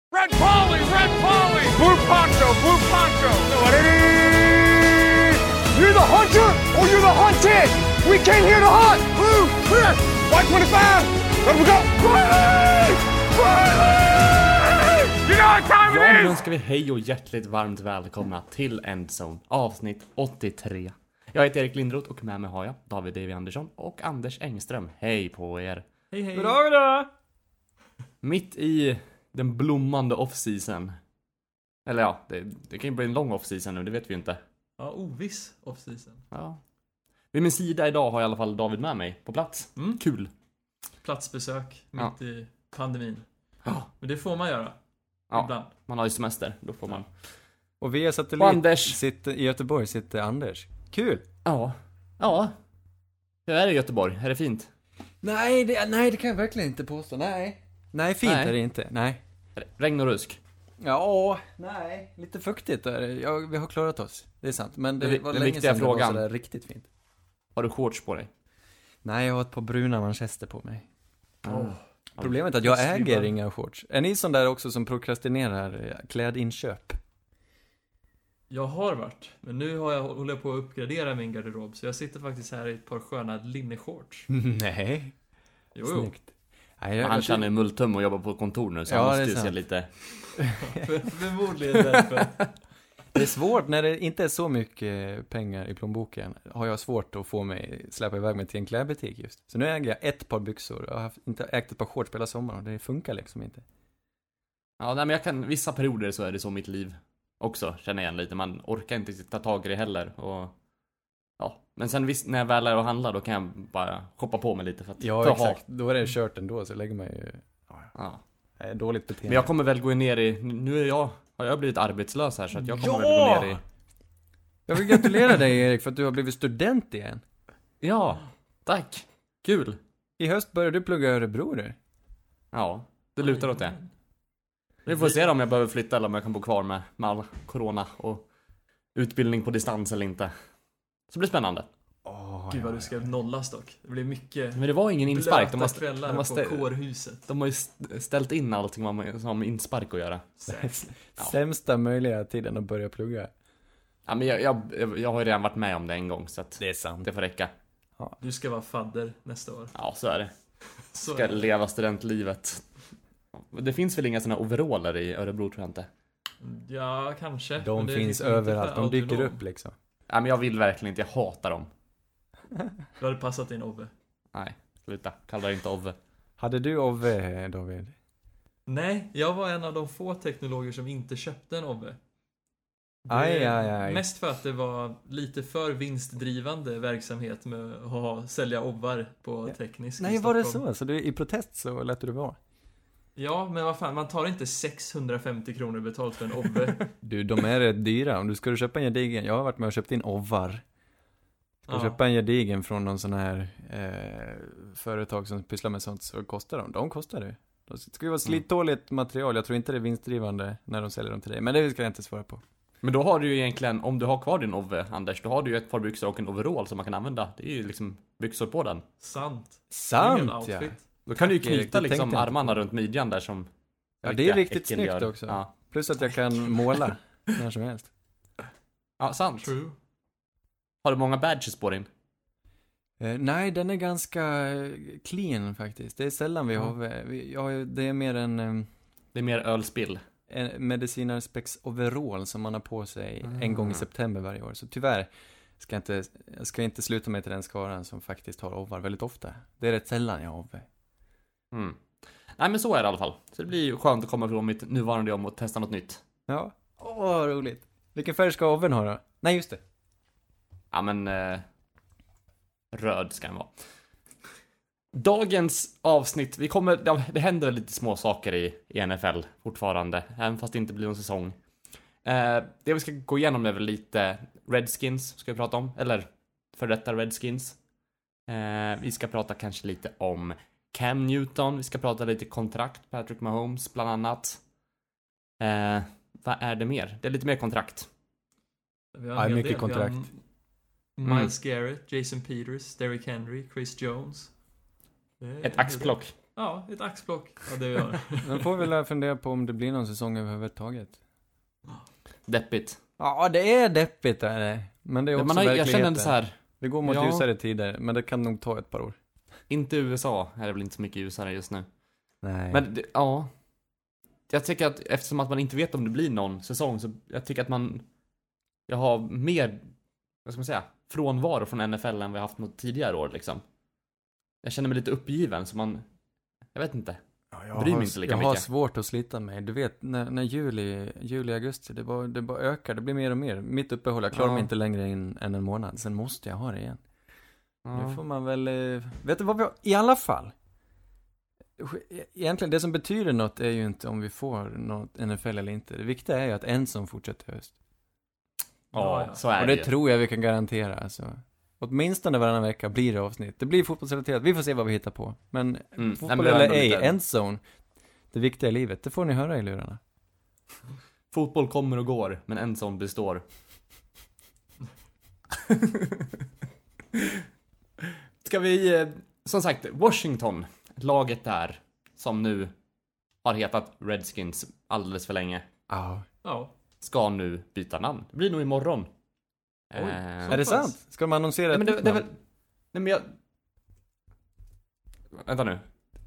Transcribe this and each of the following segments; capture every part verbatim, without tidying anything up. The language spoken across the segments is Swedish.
Red Polly, Red Polly, Blue Poncho, Blue Poncho. You're the hunter or you're the hunted. We came here to hunt. Blue, clear. White twenty-five. Let we go. Riley! Riley! You know what time it is? Ja, nu önskar vi hej och hjärtligt varmt välkomna till Endzone, avsnitt åttiotre. Jag heter Erik Lindroth och med mig har jag David Davy Andersson och Anders Engström. Hej på er. Hej hej. Goddag, goddag. Mitt i den blommande off-season. Eller ja, det, det kan ju bli en lång off-season nu, det vet vi ju inte. Ja, oviss off-season. Ja. Vid min sida idag har jag i alla fall David med mig på plats. Mm. Kul. Platsbesök mitt Ja. i pandemin. Ja. Men det får man göra. Ja, Ibland. man har ju semester, då får man. Och via satellit Och Anders. sitter, i Göteborg sitter Anders. Kul! Ja. Ja. Hur är det i Göteborg? Är det fint? Nej det, nej, det kan jag verkligen inte påstå. Nej. Nej, fint Nej. är det inte. Nej. Regn och rusk. Ja, nej. Lite fuktigt är det. Ja, vi har klarat oss. Det är sant. Men det Den- var den länge viktiga sedan frågan. det var sådär riktigt fint. Har du shorts på dig? Nej, jag har ett par bruna manchester på mig. Åh. Problemet är att jag Festliga. äger inga shorts. Är ni sån där också som prokrastinerar eh, klädinköp? Jag har varit. Men nu har jag, håller jag på att uppgradera min garderob. Så jag sitter faktiskt här i ett par sköna linneshorts. Nej. Jo, jo. Snyggt. Nej, jag, Han jag, känner multum och jobbar på kontor nu, så Ja, han det är måste ju se sant. lite... För, förmodligen därför. Det är svårt när det inte är så mycket pengar i plånboken. Har jag svårt att få mig släppa iväg mig till en klädbutik just. Så nu äger jag ett par byxor. Jag har haft, inte ägt ett par shorts på hela sommaren. Det funkar liksom inte. Ja, nej, men jag kan... Vissa perioder så är det så mitt liv också, känner jag igen lite. Man orkar inte ta tag i det heller. Och... Ja, men sen visst, när jag väl är och handlar, då kan jag bara shoppa på mig lite för att... Ja, för att ha. exakt. Då är det kört ändå, så lägger man ju... Ja. Ja, dåligt beteende. Men jag kommer väl gå ner i... Nu är jag... Har jag blivit arbetslös här, så att jag kommer Ja! väl gå ner i... Jag vill gratulera dig, Erik, för att du har blivit student igen. Ja, tack. Kul. I höst börjar du plugga i Örebro, du. Ja, det lutar åt det. Vi får se om jag behöver flytta eller om jag kan bo kvar med, med all corona och utbildning på distans eller inte. Så det blir spännande. Oh, Gud vad du ska nollas dock. Det blir mycket Men det var ingen inspark. De blöta har, kvällar de har, på stä- kårhuset. de har ju st- ställt in allting vad man- som har med inspark att göra. Ja. Sämsta möjliga tiden att börja plugga. Ja, men jag, jag, jag har ju redan varit med om det en gång, så att Det är sant. det får räcka. Du ska vara fadder nästa år. Ja, så är det. Så Ska är det. leva studentlivet. Det finns väl inga såna overaller i Örebro, tror jag inte. Ja, kanske. Men De det är finns liksom inte överallt. för De dyker autonom. upp liksom. Ja, men jag vill verkligen inte, jag hatar dem. Du hade passat in Ove. Nej, sluta. Kalla det inte Ove. Hade du Ove, David? Nej, jag var en av de få teknologer som inte köpte en Ove. Det Aj, är aj, aj. Mest för att det var lite för vinstdrivande verksamhet med att ha, sälja obbar på Ja. teknisk i Nej, var det Stockholm. så? Så du, i protest så lät du det vara? Ja, men vad fan, man tar inte sexhundrafemtio kronor betalt för en obbe. Du, de är rätt dyra. Om du ska köpa en gedigen, jag har varit med och köpt in ovar. Ska Ja. köpa en gedigen från någon sån här eh, företag som pysslar med sånt, så kostar de. De kostar det. Det ska ju vara slittåligt material. Jag tror inte det är vinstdrivande när de säljer dem till dig. Men det ska jag inte svara på. Men då har du ju egentligen, om du har kvar din Ove, Anders, då har du ju ett par byxor och en overall som man kan använda. Det är ju liksom byxor på den. Sant. Sant, Ingen ja. outfit. Då kan du ju Tack, Erik, knyta det liksom tänkte jag inte armarna på. runt midjan där som... Ja, det är riktigt äckel snyggt gör. också. Ja. Plus att jag kan måla när som helst. Ja, sant. True. Har du många badges på din? Eh, nej, den är ganska eh, clean faktiskt. Det är sällan vi Ja. har... eh, Vi, ja, det är mer en... eh, Det är mer ölspill. en medicinarspex overall som man har på sig Ah. en gång i september varje år. Så tyvärr ska jag inte, jag ska inte sluta mig till den skaran som faktiskt har ovar väldigt ofta. Det är rätt sällan jag har ove. Mm. Nej, men så är det i alla fall. Så det blir ju skönt att komma ifrån mitt nuvarande jobb och testa något nytt. Ja, åh vad roligt. Vilken färg ska oven ha då? Nej, just det. Ja, men... Eh, röd ska den vara. Dagens avsnitt, vi kommer... Ja, det händer lite små saker i, i N F L fortfarande. Även fast det inte blir någon säsong. Eh, det vi ska gå igenom är väl lite Redskins, ska vi prata om. Eller för detta Redskins. Eh, vi ska prata kanske lite om Cam Newton. Vi ska prata lite kontrakt, Patrick Mahomes bland annat. Eh, vad är det mer? Det är lite mer kontrakt. Vi har Ja, en hel mycket del. Vi har kontrakt. M- Miles Garrett, Jason Peters, Derrick Henry, Chris Jones. Det är Ett en hel axplock. Ja, ett axplock av det vi har. Men får vi väl fundera på om det blir någon säsong överhuvudtaget. Deppigt. Ja, det är deppigt är det. Men det är också Man har, jag verkligheten. känner ändå så här, Vi går mot Ja. ljusare tider, men det kan nog ta ett par år. inte U S A är det väl inte så mycket ljusare just nu. Nej. Men det, ja. Jag tycker att eftersom att man inte vet om det blir någon säsong så jag tycker att man jag har mer, vad ska man säga, frånvaro från N F L än vi har haft något tidigare år liksom. Jag känner mig lite uppgiven så man, jag vet inte. Ja, jag bryr mig inte lika jag har mycket. svårt att slita mig. Du vet, när, när juli, juli, augusti, det bara, det bara ökar. Det blir mer och mer. Mitt uppehåll, jag klarar Ja. mig inte längre in, än en månad. Sen måste jag ha det igen. Ja. Nu får man väl, eh, vet du vad vi har? I alla fall. Egentligen, det som betyder något är ju inte om vi får något N F L eller inte. Det viktiga är ju att en som fortsätter höst. Ja, Ja, så är Och det det ju. tror jag vi kan garantera, alltså. Åtminstone varannan vecka blir det avsnitt. Det blir fotbollsrelaterat. Vi får se vad vi hittar på. Men Mm. Nej, fotboll men det var eller ändå ej, lite- endzone. Det viktiga i livet, det får ni höra i lurarna. Fotboll kommer och går, men en sån består. Ska vi, eh, som sagt, Washington, laget där, som nu har hetat Redskins alldeles för länge, Ja. Ja. ska nu byta namn. Det blir nog imorgon. Oj, Eh, Är det pass. sant? Ska de annonsera nej, ett men det, nytt det är namn? väl... Nej, men jag... Vänta nu.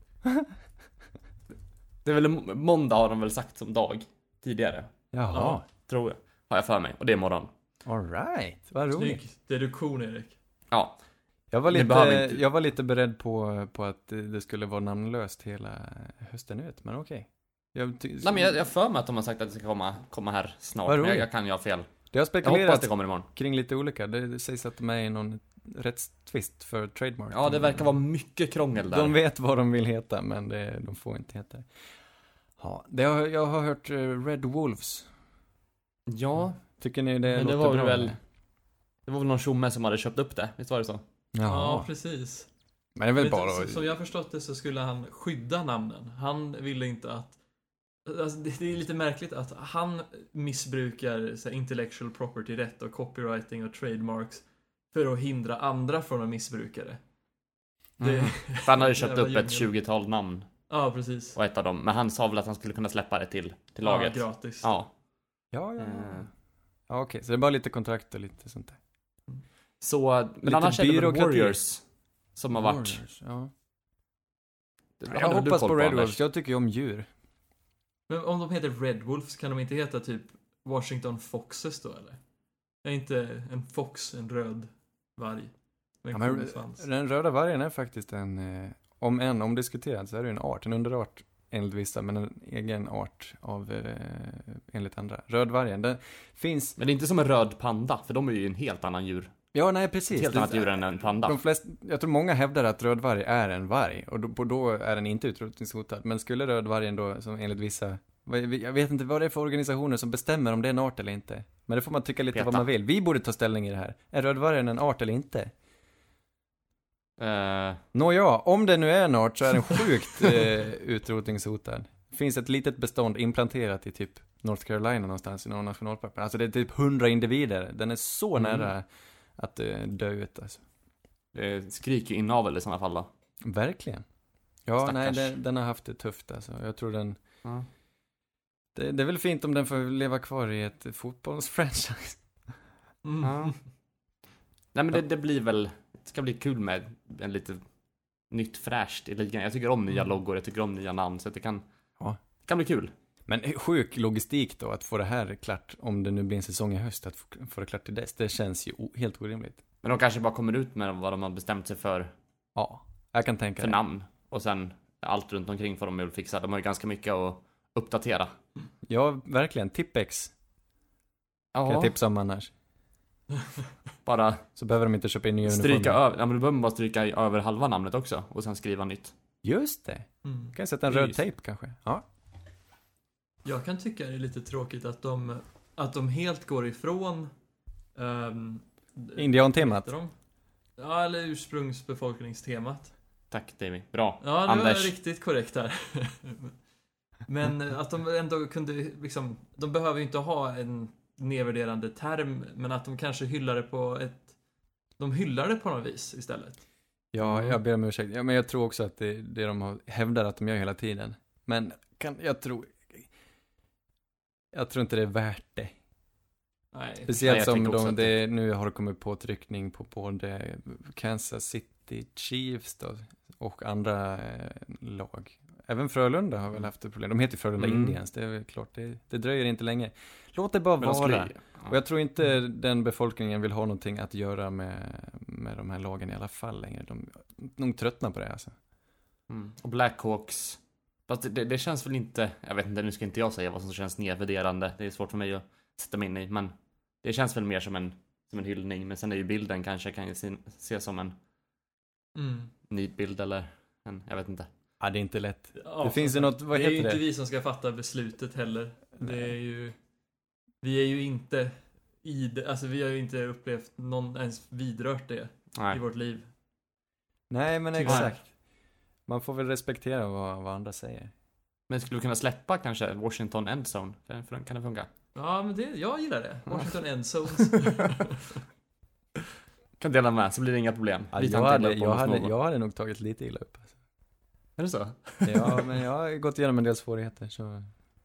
Det är väl må- måndag har de väl sagt som dag tidigare, Jaha. Ja. tror jag. Har jag för mig. Och det är imorgon. All right. Vad roligt. Snygg deduktion, Erik. Ja. Jag var Det behöver lite, inte- jag var lite beredd på, på att det skulle vara namnlöst hela hösten ut, men okej. Jag ty- Nej, men jag jag har för mig att de har sagt att det ska komma, komma här snart. Vad Men jag, roligt. jag kan ju ha fel. Det har Jag hoppas spekulerats det kommer imorgon. kring lite olika. Det, det sägs att de är i någon rättstvist för trademark. Ja, det verkar vara mycket krångel där. De vet vad de vill heta, men det, de får inte heta det. Ja, det har, jag har hört eh, Red Wolves. Ja, Tycker ni det men det låter var bra? väl... eller? Det var väl någon tjomme som hade köpt upp det. Visst var det så? Ja, Ja, precis. men det är väl Vet du, bara... så- Som jag har förstått det så skulle han skydda namnen. Han ville inte att... Alltså, det, det är lite märkligt att han missbrukar så här, intellectual property-rätt och copywriting och trademarks för att hindra andra från att missbruka det. det Mm. För han har ju köpt Jävla upp ett djungel. tjugotal namn. Ja, precis. Och ett av dem. Men han sa väl att han skulle kunna släppa det till, till laget. Ja, gratis. Ja. Ja, ja. Eh, Ja, okej. Så det är bara lite kontrakt och lite sånt där. Så, men Lite annars är det väl byråkrati. Warriors som har varit... Warriors, ja. Det Jag hade väl du hoppas koll på Red Anders? Wolves. Jag tycker ju om djur. Men om de heter Red Wolves, kan de inte heta typ Washington Foxes då, eller? Är inte en fox en röd varg? Med Ja, en men, cool svans. den röda vargen är faktiskt en, eh, om en omdiskuterad, så är det en art, en underart enligt vissa, men en egen art av, eh, enligt andra. Rödvargen, den finns, Men det är inte som en röd panda, för de är ju en helt annan djur. ja nej Ett precis. helt Det- annat djur än en panda. De flesta, jag tror många hävdar att rödvarg är en varg, och då, och då är den inte utrotningshotad. Men skulle rödvargen då, som enligt vissa, vad- jag vet inte vad det är för organisationer som bestämmer om det är en art eller inte. Men det får man tycka lite Peta. vad man vill. Vi borde ta ställning i det här. Är rödvargen en art eller inte? Eh, Nåja, om det nu är en art så är den sjukt eh, utrotningshotad. Det finns ett litet bestånd implanterat i typ North Carolina någonstans i någon nationalpark. Alltså det är typ hundra individer. Den är så Mm. nära att eh, dö ut alltså. det skriker ju inavel i sådana fall då. Verkligen. Ja, Stackars. nej, den, den har haft det tufft alltså. Jag tror den... Ja. Det, det är väl fint om den får leva kvar i ett fotbollsfranchise. Mm. Ja. Nej men det, det blir väl, det ska bli kul med en lite nytt fräscht i ligan. Jag tycker om nya Mm. loggor, jag tycker om nya namn, så att det kan, Ja. det kan bli kul. Men sjuk logistik då, att få det här klart, om det nu blir en säsong i höst, att få, få det klart till dess. Det känns ju o, helt orimligt. Men de kanske bara kommer ut med vad de har bestämt sig för, Ja, jag kan tänka för det. namn. Och sen allt runt omkring får de väl fixa. De har ju ganska mycket att uppdatera. Ja, verkligen. Tippex kan jag Ja, tipsa om annars. bara Så behöver de inte köpa in nya stryka uniformer. över, ja men du behöver bara stryka i- över halva namnet också. Och sen skriva nytt. Just det. Mm. Kan jag sätta en Det är röd just- tejp kanske? Ja. Jag kan tycka det är lite tråkigt att de, att de helt går ifrån um, Indiantemat. Ja, eller ursprungsbefolkningstemat. Tack Davy, bra. Ja, det Anders. var riktigt korrekt här. Men att de ändå kunde liksom, de behöver ju inte ha en nedvärderande term, men att de kanske hyllar det på ett, de hyllar det på något vis istället. Ja, Mm. jag ber om ursäkt. Ja, men jag tror också att det är det de har hävdar att de gör hela tiden. Men kan, jag tror... Jag tror inte det är värt det. Nej. Speciellt Nej, jag som tänker också de, att det, nu har det kommit påtryckning på både Kansas City Chiefs då, och andra eh, lag. Även Frölunda har väl haft ett problem. De heter ju Frölunda Mm. Indians, det är väl klart. Det, det dröjer inte länge. Låt det bara Men de vara. skulle- Och jag tror inte den befolkningen vill ha någonting att göra med, med de här lagen i alla fall längre. De nog tröttnar på det alltså. Mm. Och Blackhawks. Fast det, det känns väl inte, jag vet inte, nu ska inte jag säga vad som känns nedvärderande. Det är svårt för mig att sätta mig in i, men det känns väl mer som en, som en hyllning. Men sen är ju bilden kanske kan ju se, se som en Mm. ny bild eller en, jag vet inte. Ja, det är inte lätt. Ja, Det finns ju något, vad det är ju heter inte det? vi som ska fatta beslutet heller. Det Nej. är ju... Vi är ju inte i det, alltså vi har ju inte upplevt någon ens vidrört det i Nej. vårt liv. Nej, men Tyvärr. exakt. Man får väl respektera vad, vad andra säger. Men skulle vi kunna släppa kanske Washington Endzone? Kan, kan det funka? Ja, men det, jag gillar det. Washington Endzones. Kan dela med, så blir det inga problem. Ja, Vi tar jag, inte hade, illa upp jag, om hade, små. jag hade nog tagit lite illa upp. Alltså. Är det så? Ja, men jag har gått igenom en del svårigheter. Så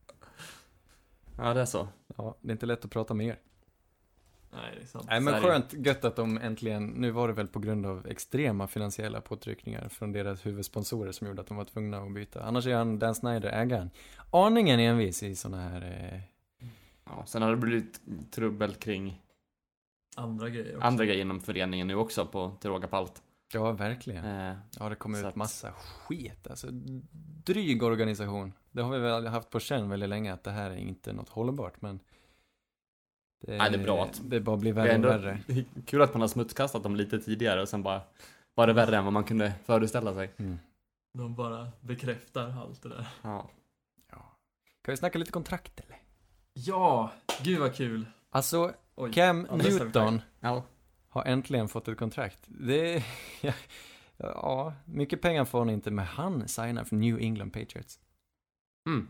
Ja, det är så. ja, det är inte lätt att prata med er. Nej, det är sant. Nej, men Så är det. skönt, gött att de äntligen, nu var det väl på grund av extrema finansiella påtryckningar från deras huvudsponsorer som gjorde att de var tvungna att byta. Annars är han, Dan Snyder, ägaren, aningen envis i såna här... Eh, Ja, sen har det blivit trubbel kring Andra grejer också. andra grejer inom föreningen nu också på till råga på allt. ja, verkligen. Eh, Ja, det kommer så ut att- massa skit. Alltså, dryg organisation. Det har vi väl haft på känn väldigt länge att det här är inte något hållbart, men... Det, Nej, det är bra att- det bara blir det är värre och ändå värre. kul att man har smutskastat dem lite tidigare och sen bara var det värre än vad man kunde föreställa sig. Mm. De bara bekräftar allt det där. Ja. Kan vi snacka lite kontrakt eller? Ja, gud vad kul. Alltså, Oj. Cam Ja, nästa Newton Ja. har äntligen fått ett kontrakt. Det ja, ja, mycket pengar får han inte, men han signar för New England Patriots. Mm.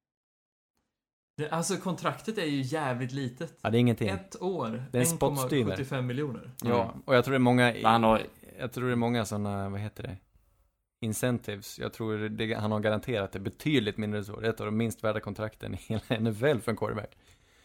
Det, alltså kontraktet är ju jävligt litet. Ja, det är ingenting. Ett år, Det är en en komma spottstyver. sjuttiofem miljoner. Ja, och jag tror det är många, Men han har, jag tror det är många sådana, vad heter det? Incentives. Jag tror det, han har garanterat det betydligt mindre än så. Det är ett av de minst värda kontrakten i hela N F L för en quarterback.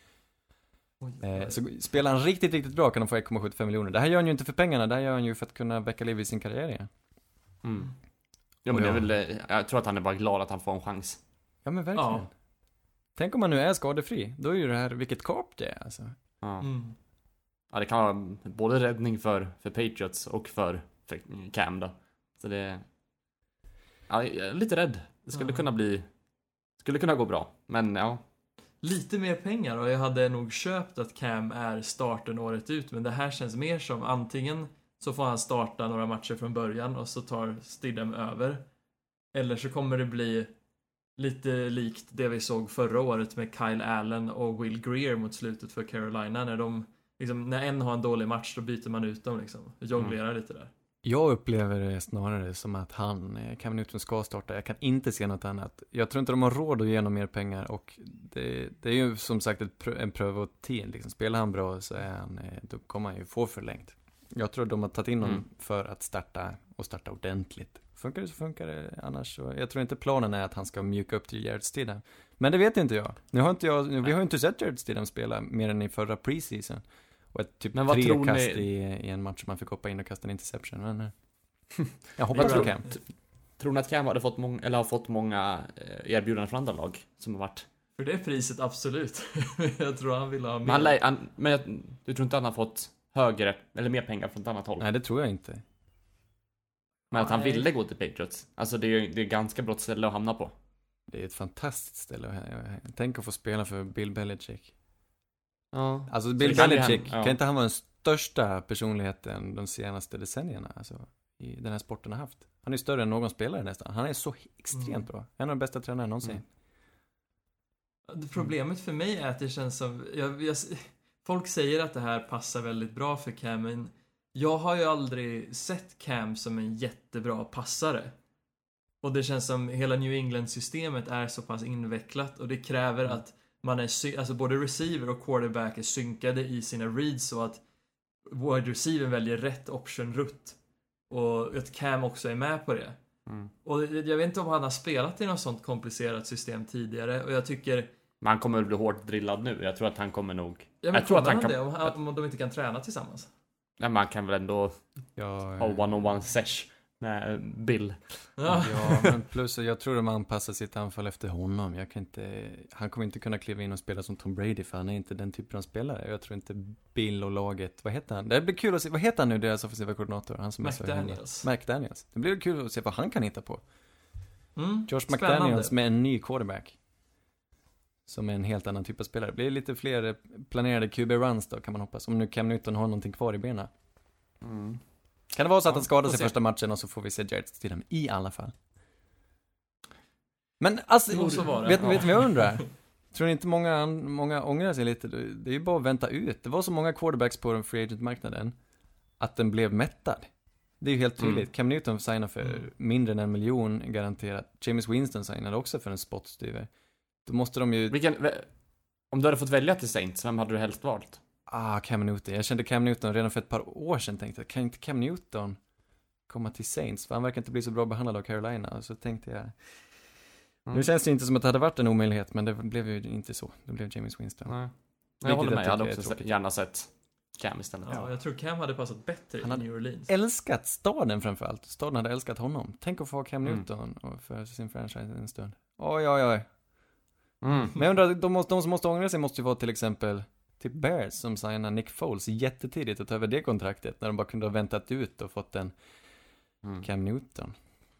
Oj, Eh, så spelar han riktigt, riktigt bra kan han få ett komma sjuttiofem miljoner. Det här gör han ju inte för pengarna, det här gör han ju för att kunna väcka liv i sin karriär igen. mm. Ja, men det är väl, eh, jag tror att han är bara glad att han får en chans. Ja, men verkligen. Ja. Tänk om han nu är skadefri. Då är ju det här, vilket kap det är alltså. Ja. Mm. Ja, det kan vara både räddning för, för Patriots och för, för Cam då. Så det... Ja, jag är lite rädd. Det skulle Ja. kunna bli... Skulle kunna gå bra. Men ja. Lite mer pengar och jag hade nog köpt att Cam är starten året ut, men det här känns mer som antingen så får han starta några matcher från början och så tar Stidham över. Eller så kommer det bli lite likt det vi såg förra året med Kyle Allen och Will Greer mot slutet för Carolina. När de, liksom, när en har en dålig match då byter man ut dem liksom. Jonglerar lite där. Jag upplever det snarare som att han, eh, Cam Newton, ska starta. Jag kan inte se något annat. Jag tror inte de har råd att ge honom mer pengar och det, det är ju som sagt ett, prö- en prövotid. Liksom. Spelar han bra så är han, eh, då kommer han ju få förlängt. Jag tror de har tagit in honom Mm. för att starta och starta ordentligt. Funkar det så funkar det, annars så, jag tror inte planen är att han ska mjuka upp till Jared Stidham. Men det vet inte jag. Nu har inte jag, nu, vi har ju inte sett Jared Stidham spela mer än i förra preseason. Och ett typ Men vad tre tror kast ni- i, i en match man fick hoppa in och kasta en interception. Men, eh, jag hoppas Vad på tror- Cam. Tror ni att Cam hade fått många, eller har fått många eh, erbjudanden från andra lag som har varit... För det priset absolut. jag tror han vill ha mer. Men, han, lär- han, men jag, du tror inte han har fått högre, eller mer pengar från ett annat håll? Nej, det tror jag inte. Men att han Nej. ville gå till Patriots. Alltså det är ju det är ganska bra ställe att hamna på. Det är ett fantastiskt ställe. att- Tänk att få spela för Bill Belichick. Ja. Alltså Så Bill det kan bli Belichick, han- ja. kan inte han vara den största personligheten de senaste decennierna? Alltså, i den här sporten har haft. Han är större än någon spelare nästan. Han är så extremt Mm. bra. En av de bästa tränarna någonsin. Mm. Det Problemet för mig är att det känns som... Jag, jag, folk säger att det här passar väldigt bra för Cam, men jag har ju aldrig sett Cam som en jättebra passare. Och det känns som hela New England-systemet är så pass invecklat och det kräver att man är sy- alltså både receiver och quarterback är synkade i sina reads så att wide receiver väljer rätt option rutt. Och att Cam också är med på det. Mm. Och jag vet inte om han har spelat i något sånt komplicerat system tidigare. Och jag tycker... Men han kommer att bli hårt drillad nu. Jag tror att han kommer nog... Ja, men jag tror att han han kan... det om, han, om de inte kan träna tillsammans? Nej, men han kan väl ändå Ja, ha one-on-one sesh med Bill. Ja. ja, men plus jag tror de anpassar sitt anfall efter honom. Jag kan inte, han kommer inte kunna kliva in och spela som Tom Brady, för han är inte den typen av spelare. Jag tror inte Bill och laget, vad heter han? Det blir kul att se, vad heter han nu, deras offensiva koordinator? Han som är så McDaniels. McDaniels. Det blir kul att se vad han kan hitta på. Mm, Josh spännande. McDaniels med en ny quarterback. Som är en helt annan typ av spelare. Det blir lite fler planerade Q B-runs då, kan man hoppas. Om nu Cam Newton har någonting kvar i benen. Mm. Kan det vara så att Ja, han skadar får sig se. första matchen och så får vi se Jared Stidham i alla fall. Men alltså, Jo, så var det. vet, Ja. vet ni vad jag undrar? Tror ni inte många, många ångrar sig lite? Det är ju bara att vänta ut. Det var så många quarterbacks på den free agent-marknaden att den blev mättad. Det är ju helt tydligt. Mm. Cam Newton signade för Mm. mindre än en miljon garanterat. James Winston signade också för en spottstyver. Då måste de ju... Vilken... Om du hade fått välja till Saints, vem hade du helst valt? Ah, Cam Newton. Jag kände Cam Newton redan för ett par år sedan. Tänkte jag, kan inte Cam Newton komma till Saints? För han verkar inte bli så bra behandlad av Carolina. Och så tänkte jag... Mm. Nu känns det inte som att det hade varit en omöjlighet, men det blev ju inte så. Det blev James Winston. Nej. Vilket Jag håller med, jag jag hade tycker är också tråkigt. gärna sett Cam istället. Ja, jag tror Cam hade passat bättre Han i hade- New Orleans. Älskat staden framförallt. Staden hade älskat honom. Tänk att få ha Cam Mm. Newton och för sin franchise en stund. Oj, oj, oj. Mm. Men jag undrar, de, måste, de som måste ångra sig måste ju vara till exempel typ Bears som signar Nick Foles jättetidigt och tar över det kontraktet när de bara kunde ha väntat ut och fått en Mm. Cam Newton.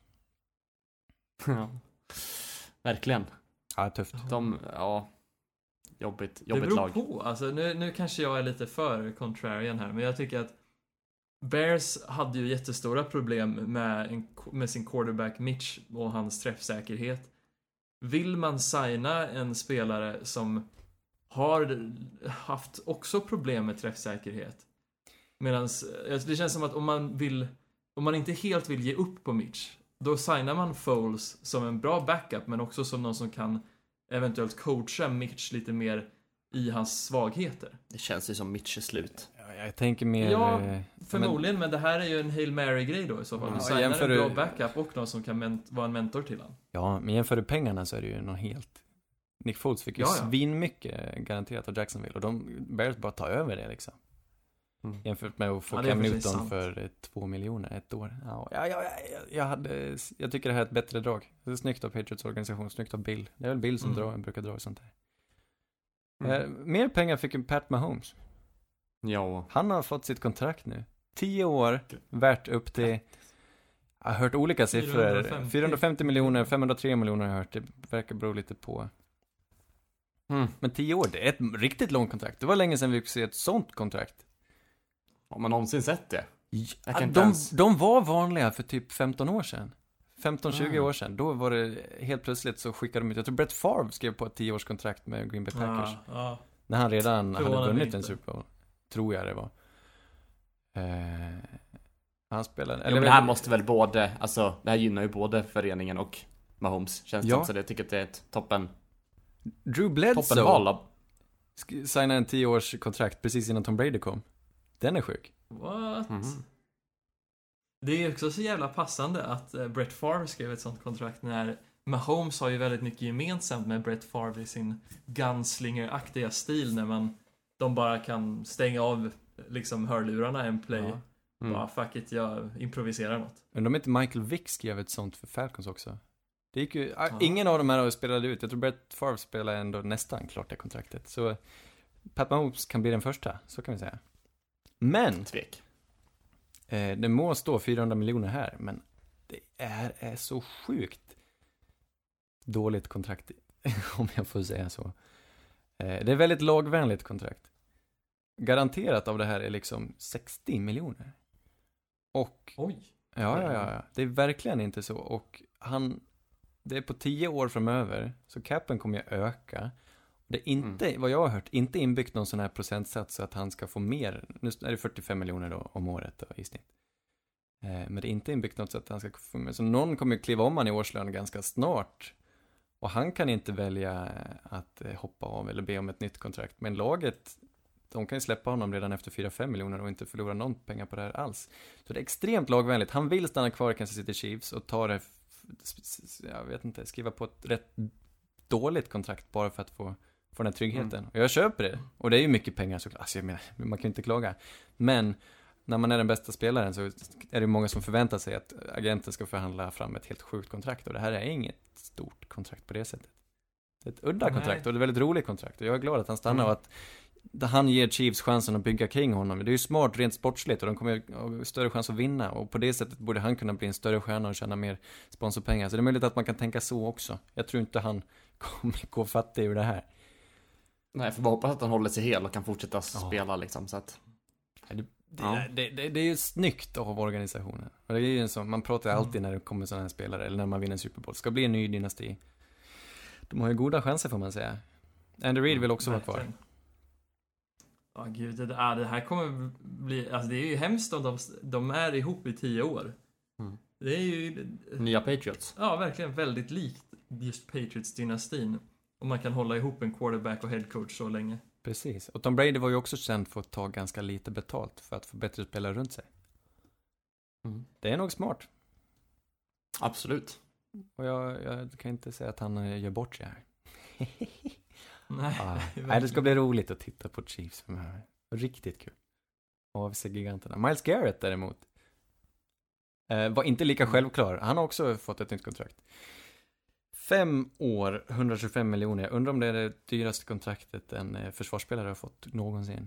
Ja. Verkligen. Ja, tufft. De, ja... Jobbigt, Det jobbigt beror lag. på. Alltså, nu, nu kanske jag är lite för contrarian här, men jag tycker att Bears hade ju jättestora problem med, en, med sin quarterback Mitch och hans träffsäkerhet. Vill man signa en spelare som har haft också problem med träffsäkerhet? Medan det känns som att om man vill, om man inte helt vill ge upp på Mitch, då signar man Foles som en bra backup, men också som någon som kan eventuellt coacha Mitch lite mer i hans svagheter. Det känns ju som Mitch är slut. Ja, jag tänker mer... Ja, eh, Förmodligen, men det här är ju en Hail Mary-grej då i så fall. Ja, Du signar jämför en bra du- backup och någon som kan ment- vara en mentor till honom. Ja, men jämför du pengarna så är det ju någon helt... Nick Foles fick ju Ja, ja. svinmycket garanterat av Jacksonville och de Bears bara ta över det liksom. Mm. Jämfört med att få Ja, det är Cam för sig Newton sant. för eh, två miljoner ett år. Ja, ja, ja, ja, jag, hade, jag tycker det här är ett bättre drag. Det är snyggt av Patriots organisation, snyggt av Bill. Det är väl Bill som Mm. drar, brukar dra sånt här. Mm. Eh, mer pengar fick ju Pat Mahomes. Ja. Han har fått sitt kontrakt nu. Tio år, värt upp till... Jag har hört olika siffror. fyrahundrafemtio. fyrahundrafemtio miljoner, femhundratre miljoner har jag hört. Det verkar bero lite på. Mm. Men tio år, det är ett riktigt långt kontrakt. Det var länge sedan vi fick se ett sånt kontrakt. Har man någonsin sett det? Jag kan Ja, inte de, ens- de var vanliga för typ femton år sedan. femton tjugo Mm. år sedan. Då var det helt plötsligt så skickade de ut. Jag tror Brett Favre skrev på ett tioårskontrakt med Green Bay Packers. Ja, ja. När han redan Förvånar hade mig vunnit en inte. Super Bowl. Tror jag det var. Eh, han spelade... Jo, men det här måste väl både, alltså det här gynnar ju både föreningen och Mahomes, känns det Ja. som, så det tycker att det är ett toppen, Drew toppen Bledsoe val av. sk- signade en tioårskontrakt precis innan Tom Brady kom. Den är sjuk. What? Mhm. Det är ju också så jävla passande att eh, Brett Favre skrev ett sånt kontrakt när Mahomes har ju väldigt mycket gemensamt med Brett Favre i sin gunslinger-aktiga stil när man de bara kan stänga av liksom hörlurarna en play. Ja. Mm. Bara fuck it, jag improviserar något. Men de inte Michael Vick skrev ett sånt för Falcons också. Det gick ju, ah, Ja. ingen av de här har ju spelat ut. Jag tror Brett Favre spelade ändå nästan klart det kontraktet. Så Pat Mahomes kan bli den första, så kan vi säga. Men, Tvek. eh, det må stå fyrahundra miljoner här, men det är, är så sjukt dåligt kontrakt, om jag får säga så. Eh, det är väldigt lagvänligt kontrakt. Garanterat av det här är liksom sextio miljoner. Och Oj. Ja, ja, ja, ja. Det är verkligen inte så. Och han, det är på tio år framöver, så capen kommer ju öka. Det är inte, Mm. vad jag har hört, inte inbyggt någon sån här procentsats så att han ska få mer. Nu är det fyrtiofem miljoner då om året då, i snitt. Eh, men det är inte inbyggt något så att han ska få mer. Så någon kommer ju kliva om han i årslön ganska snart. Och han kan inte välja att eh, hoppa av eller be om ett nytt kontrakt. Men laget de kan ju släppa honom redan efter fyra fem miljoner och inte förlora någon pengar på det här alls. Så det är extremt lagvänligt. Han vill stanna kvar i Kansas City Chiefs och ta det, jag vet inte, skriva på ett rätt dåligt kontrakt bara för att få, få den här tryggheten. Mm. Och jag köper det. Och det är ju mycket pengar såklart. Alltså jag menar, man kan ju inte klaga. Men när man är den bästa spelaren så är det många som förväntar sig att agenten ska förhandla fram ett helt sjukt kontrakt. Och det här är inget stort kontrakt på det sättet. Det är ett udda Nej. kontrakt och det är ett väldigt roligt kontrakt. Och jag är glad att han stannar Mm. och att han ger Chiefs chansen att bygga kring honom. Det är ju smart rent sportsligt och de kommer ha större chans att vinna. Och på det sättet borde han kunna bli en större stjärna och tjäna mer sponsorpengar. Så det är möjligt att man kan tänka så också. Jag tror inte han kommer gå fattig ur det här. Nej, jag får bara hoppas att han håller sig hel och kan fortsätta Ja. spela liksom, så att... Det, det, Ja. det, det, det är ju snyggt av organisationen. Och det är ju en sån, man pratar alltid när det kommer sådana här spelare eller när man vinner en Super Bowl. Ska bli en ny dynasti. De har ju goda chanser får man säga. Andy Reid vill också vara kvar. Verkligen. Ja, gud, det, ah, det här kommer bli, alltså det är ju hemskt om de, de är ihop i tio år. Mm. Det är ju, Nya Patriots. ja, verkligen väldigt likt just Patriots-dynastin. Om man kan hålla ihop en quarterback och headcoach så länge. Precis. Och Tom Brady var ju också känd för att ta ganska lite betalt för att få bättre spelare runt sig. Mm. Det är nog smart. Absolut. Och jag, jag kan inte säga att han eh, gör bort sig här. Nej, Ah. verkligen. Nej, det ska bli roligt att titta på Chiefs. Riktigt kul. A F C-giganterna. Miles Garrett däremot eh, var inte lika självklar. Han har också fått ett nytt kontrakt. Fem år, hundratjugofem miljoner. Jag undrar om det är det dyraste kontraktet en eh, försvarsspelare har fått någonsin.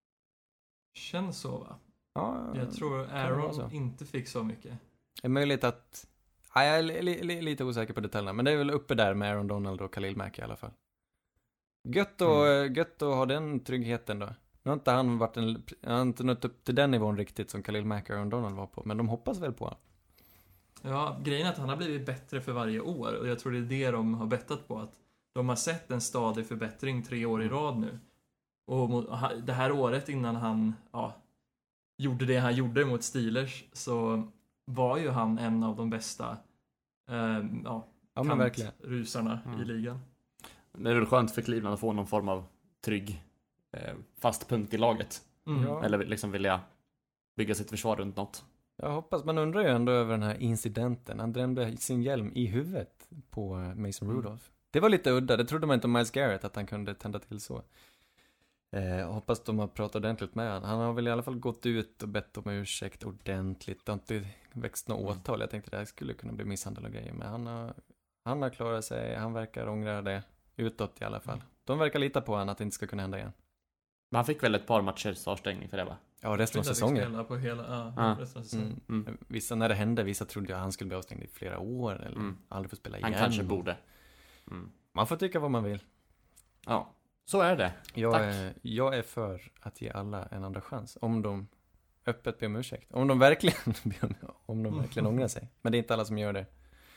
Känns så, va? Ja, Jag tror det vara Aaron så. inte fick så mycket. Det är möjligt att... Ja, jag är li, li, li, lite osäker på detaljerna. Men det är väl uppe där med Aaron Donald och Khalil Mack i alla fall. Gött, och, mm. gött att ha den tryggheten då. Nu har inte han varit en... Han har inte nått upp till den nivån riktigt som Khalil Mack och Aaron Donald var på. Men de hoppas väl på honom. Ja, grejen är att han har blivit bättre för varje år. Och jag tror det är det de har bettat på. Att de har sett en stadig förbättring tre år i rad nu. Och mot, det här året innan han ja, gjorde det han gjorde mot Steelers så var ju han en av de bästa eh, ja, Ja, men verkligen. kantrusarna Mm. i ligan. Det är väl skönt för Cleveland att få någon form av trygg eh, fast punkt i laget. Mm. Ja. Eller liksom vilja bygga sitt försvar runt något. Jag hoppas, man undrar ju ändå över den här incidenten. Han drämde sin hjälm i huvudet på Mason Rudolph. Det var lite udda, det trodde man inte om Miles Garrett att han kunde tända till så. Eh, jag hoppas de har pratat ordentligt med honom. Han har väl i alla fall gått ut och bett om ursäkt ordentligt. Det har inte växt något åtal. Jag tänkte det här skulle kunna bli misshandel och grejer. Men han har, han har klarat sig, han verkar ångra det. Utåt i alla fall. De verkar lita på honom att det inte ska kunna hända igen. Men han fick väl ett par matchers avstängning för det, va? Ja, resten av Fick säsongen. spela på hela, ja, Ja. resten av säsongen. Mm. Mm. Vissa, när det hände, vissa trodde jag han skulle bli avstängd i flera år. Eller Mm. aldrig få spela igen. Han kanske borde. Mm. Man får tycka vad man vill. Ja, så är det. Jag Tack. är, jag är för att ge alla en andra chans. Om de öppet ber om ursäkt. Om de verkligen, om de verkligen ångrar sig. Men det är inte alla som gör det.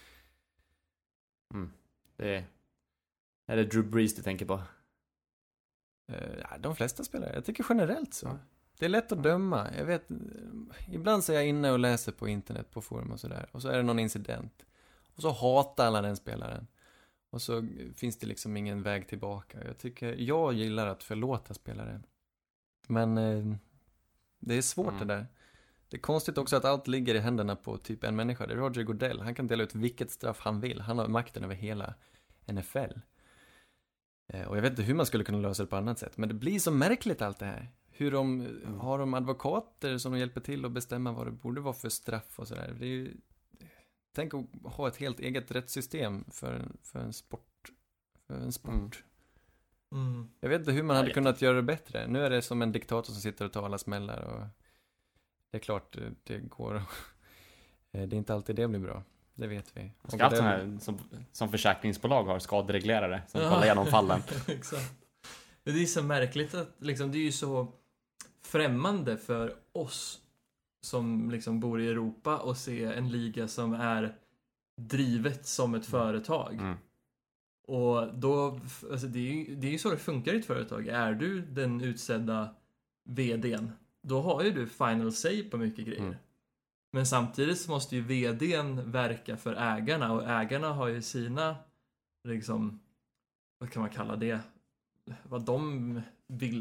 Mm. Det är... Är det Drew Brees du tänker på? Uh, ja, de flesta spelare. Jag tycker generellt så. Ja. Det är lätt att döma. Jag vet, ibland så är jag inne och läser på internet, på forum och sådär. Och så är det någon incident. Och så hatar alla den spelaren. Och så finns det liksom ingen väg tillbaka. Jag tycker, jag gillar att förlåta spelaren. Men eh, det är svårt Mm. det där. Det är konstigt också att allt ligger i händerna på typ en människa. Det är Roger Goodell. Han kan dela ut vilket straff han vill. Han har makten över hela N F L. Eh, och jag vet inte hur man skulle kunna lösa det på annat sätt. Men det blir så märkligt allt det här. Hur de, Mm. har de advokater som hjälper till att bestämma vad det borde vara för straff och sådär. Det är ju, tänk att ha ett helt eget rättssystem för, en- för en sport. För en sport. Mm. Mm. Jag vet inte hur man Jag hade vet kunnat göra det bättre. Nu är det som en diktator som sitter och tar alla smällar. Och det är klart, det, det går. Det är inte alltid det blir bra. Det vet vi. Man ska Och alltid det- här, som, som försäkringsbolag har skadereglerare som Ja. kollar igenom fallen. Exakt. Men det är så märkligt att liksom, det är ju så främmande för oss som liksom bor i Europa och se en liga som är drivet som ett företag. Mm. Och då, alltså det är ju det är ju så det funkar i ett företag. Är du den utsedda vdn, då har ju du final say på mycket grejer. Mm. Men samtidigt så måste ju vdn verka för ägarna och ägarna har ju sina, liksom, vad kan man kalla det? Vad de vill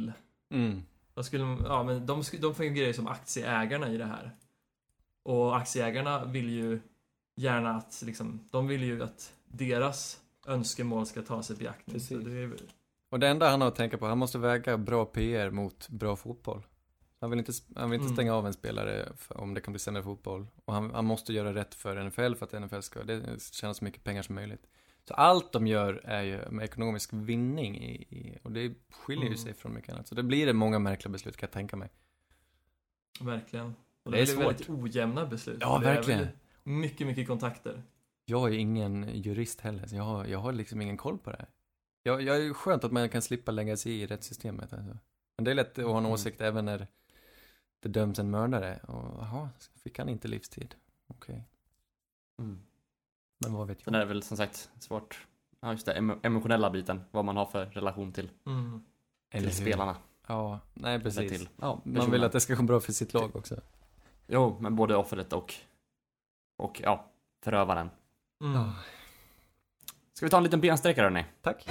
Mm. De, skulle, ja, men de, de fungerar ju som aktieägarna i det här. Och aktieägarna vill ju gärna att, liksom, de vill ju att deras önskemål ska ta sig beaktning. Så det är... Och det enda han har att tänka på, han måste väga bra P R mot bra fotboll. Han vill inte, han vill inte Mm. stänga av en spelare för, om det kan bli sämre fotboll. Och han, han måste göra rätt för N F L för att N F L ska det tjäna så mycket pengar som möjligt. Så allt de gör är ju med ekonomisk vinning i, i, och det skiljer ju Mm. sig från mycket annat. Så det blir det många märkliga beslut, kan jag tänka mig. Verkligen. Och Det det, är blir svårt. väldigt ojämna beslut. Ja, Det är verkligen. väldigt- Mycket, mycket kontakter. Jag är ingen jurist heller, så jag har, jag har liksom ingen koll på det här. Jag, jag är ju skönt att man kan slippa lägga sig i rättssystemet. Alltså. Men det är lätt att ha en Mm. åsikt även när det döms en mördare. Och jaha, fick han inte livstid? Okej. Mm. Men vad vet Sen jag? är det väl som sagt svårt. Ja, just det, emo- emotionella biten. Vad man har för relation till, Mm. Eller till hur? spelarna. Ja, nej Eller precis. till, ja, Man personen. vill att det ska gå bra för sitt lag också. Jo, men både offret och, och ja, förövaren. Mm. Ja. Ska vi ta en liten bensträckare, hörni? Tack.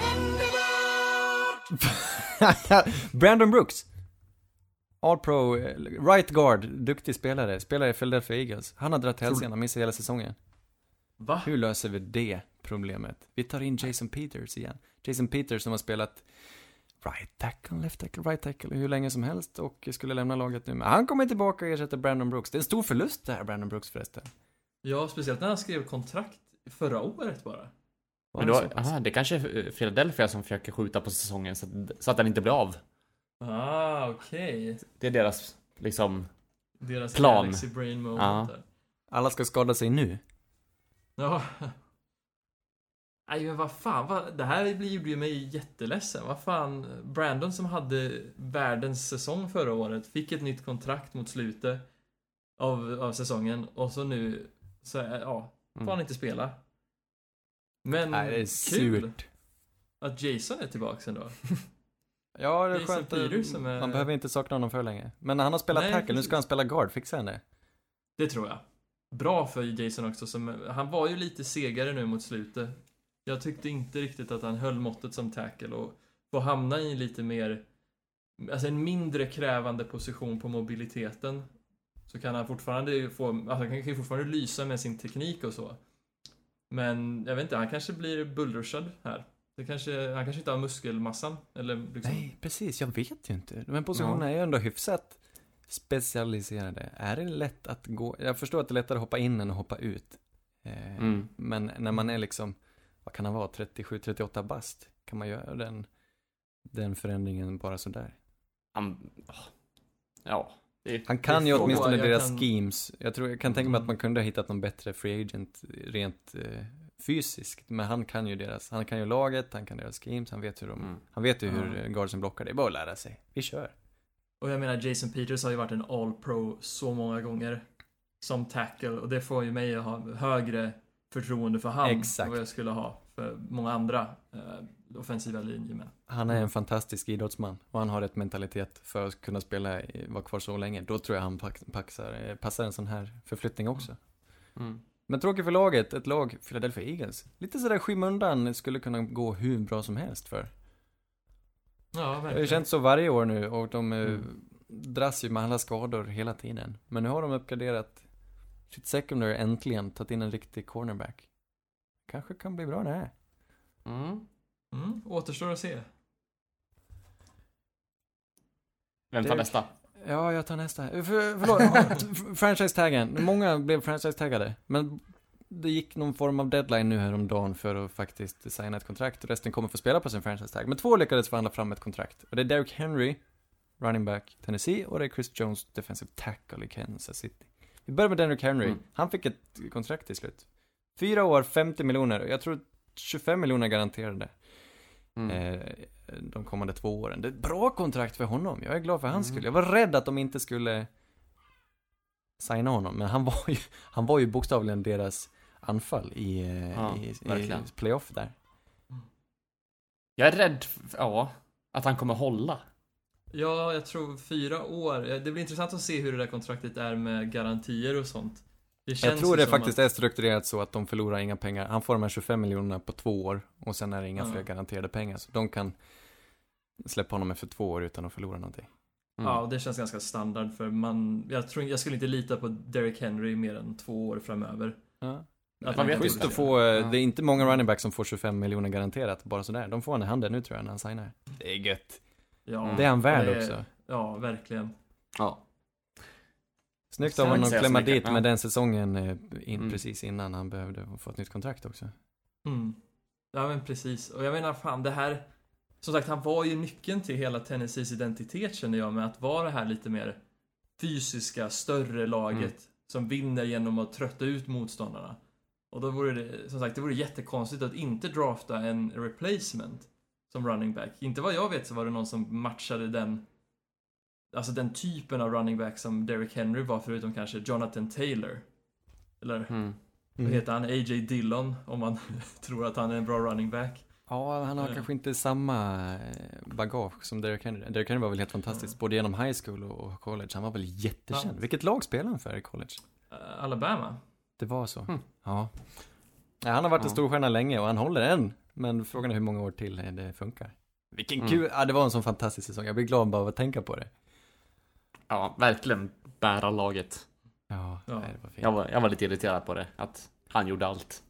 Brandon Brooks. All-pro, eh, right guard, duktig spelare. Spelar i Philadelphia Eagles. Han har dragit hälsenan, han missar hela säsongen. Va? Hur löser vi det problemet? Vi tar in Jason Peters igen. Jason Peters som har spelat right tackle, left tackle, right tackle hur länge som helst och skulle lämna laget nu. Men han kommer tillbaka och ersätter Brandon Brooks. Det är en stor förlust det här, Brandon Brooks förresten. Ja, speciellt när han skrev kontrakt förra året bara. Var Men det då, så pass? aha, det kanske är Philadelphia som försöker skjuta på säsongen så att, så att den inte blir av. Ah, okej. Det är deras, liksom, Deras Plan. Galaxy Brain moment Ja. där. Alla ska skada sig nu. Ja. Nej, men vad fan, vad, det här blir- gjorde ju mig jätteledsen. Vad fan, Brandon som hade världens säsong förra året fick ett nytt kontrakt mot slutet av, av säsongen och så nu, så, ja, får han mm. inte spela. Men Nej, det är kul surt. att Jason är tillbaka ändå. Ja, det är Jason skönt. Peters som är- Man behöver inte sakna honom för länge. Men han har spelat Nej, tackle, nu precis. ska han spela guard. Fixar han det? Det tror jag. Bra för Jason också. Som, han var ju lite segare nu mot slutet. Jag tyckte inte riktigt att han höll måttet som tackle och få hamna i en lite mer, alltså en mindre krävande position på mobiliteten. Så kan han fortfarande få, alltså han kan ju fortfarande lysa med sin teknik och så. Men jag vet inte, han kanske blir bullrushad här. Det kanske, han kanske inte har muskelmassan. Eller liksom, Nej, precis. Jag vet ju inte. Men positionerna är ju ändå hyfsat specialiserade. Är det lätt att gå... Jag förstår att det är lättare att hoppa in än att hoppa ut. Eh, Mm. Men när man är liksom, vad kan han vara, trettiosju trettioåtta bast? Kan man göra den, den förändringen bara sådär? Han, ja. Det är, Han kan Det ju får åtminstone vara, jag deras kan- schemes. Jag tror, jag kan tänka mig Mm. att man kunde ha hittat någon bättre free agent rent eh, fysiskt. Men han kan ju deras, han kan ju laget, han kan deras schemes, han vet hur de, Mm. han vet ju hur Ja. ja. guardsen blockar. Det är bara att lära sig. Vi kör. Och jag menar, Jason Peters har ju varit en all-pro så många gånger som tackle och det får ju mig att ha högre förtroende för han Exakt. än vad jag skulle ha för många andra eh, offensiva linjemän. Han är en fantastisk idrottsman och han har rätt mentalitet för att kunna spela, i- vara kvar så länge. Då tror jag han pax- paxar, eh, passar en sån här förflyttning också. Mm. Men tråkigt för laget, ett lag, Philadelphia Eagles. Lite sådär skymundan skulle kunna gå hur bra som helst för. Ja, Det har verkligen. känts så varje år nu och de eh, Mm. dras ju med alla skador hela tiden. Men nu har de uppgraderat sitt secondary äntligen, tagit in en riktig cornerback. Kanske kan bli bra det här. Mm. Mm, återstår att se. Vem tar Det- nästa? Ja, jag tar nästa. För, förlåt, franchise-taggen. Många blev franchise-taggade. Men det gick någon form av deadline nu häromdagen för att faktiskt signa ett kontrakt. Resten kommer få spela på sin franchise-tagg. Men två lyckades förhandla fram ett kontrakt. Och det är Derrick Henry, running back, Tennessee. Och det är Chris Jones, defensive tackle i Kansas City. Vi börjar med Derrick Henry. Mm. Han fick ett kontrakt till slut. Fyra år, femtio miljoner. Jag tror tjugofem miljoner garanterade. Mm. Eh, de kommande två åren. Det är ett bra kontrakt för honom. Jag är glad för hans Mm. skull. Jag var rädd att de inte skulle signa honom. Men han var ju, han var ju bokstavligen deras anfall i, eh, Ja, i, i verkligen. playoff där. Jag är rädd, f- ja, att han kommer hålla. Ja, jag tror fyra år. Det blir intressant att se hur det där kontraktet är med garantier och sånt. Det känns Jag tror ju det som faktiskt att, är strukturerat så att de förlorar inga pengar. Han får de här tjugofem miljonerna på två år. Och sen är det inga Ja. fler garanterade pengar. Så de kan släppa honom efter två år utan att förlora någonting. Mm. Ja, och det känns ganska standard för man, jag tror jag skulle inte lita på Derrick Henry mer än två år framöver. Ja. Att Man han vet kan inte. Schysst att det. få, Ja. det är inte många running backs som får tjugofem miljoner garanterat bara sådär. De får han i handen nu tror jag när han signar. Det är gött. Ja, Mm. Det är han värd det är- också. Ja, verkligen. Ja. Snyggt Sen av honom säger att jag så klämma mycket. dit Ja. med den säsongen eh, in, Mm. precis innan han behövde få ett nytt kontrakt också. Mm. Ja, men precis. Och jag menar, fan, det här... Som sagt, han var ju nyckeln till hela Tennessees identitet, känner jag, med att vara det här lite mer fysiska, större laget Mm. som vinner genom att trötta ut motståndarna. Och då vore det, som sagt, det vore jättekonstigt att inte drafta en replacement som running back. Inte vad jag vet så var det någon som matchade den, alltså den typen av running back som Derrick Henry var, förutom kanske Jonathan Taylor. Eller Mm. vad heter han? A J Dillon, om man tror att han är en bra running back. Ja, han har Ja. kanske inte samma eh, bagage som Derrick Henry. Derrick Henry var väl helt fantastisk, Ja. både genom high school och college. Han var väl jättekänd. Ja. Vilket lag spelade han för i college? Uh, Alabama. Det var så. Mm. Ja. ja. Han har varit en Ja. stor stjärna länge och han håller än. Men frågan är hur många år till det funkar. Vilken Mm. kul, ja det var en sån fantastisk säsong. Jag blir glad bara av att tänka på det. Ja, verkligen bära laget. Ja, Ja. Nej, det var fint. Jag var, jag var lite irriterad på det, att han gjorde allt.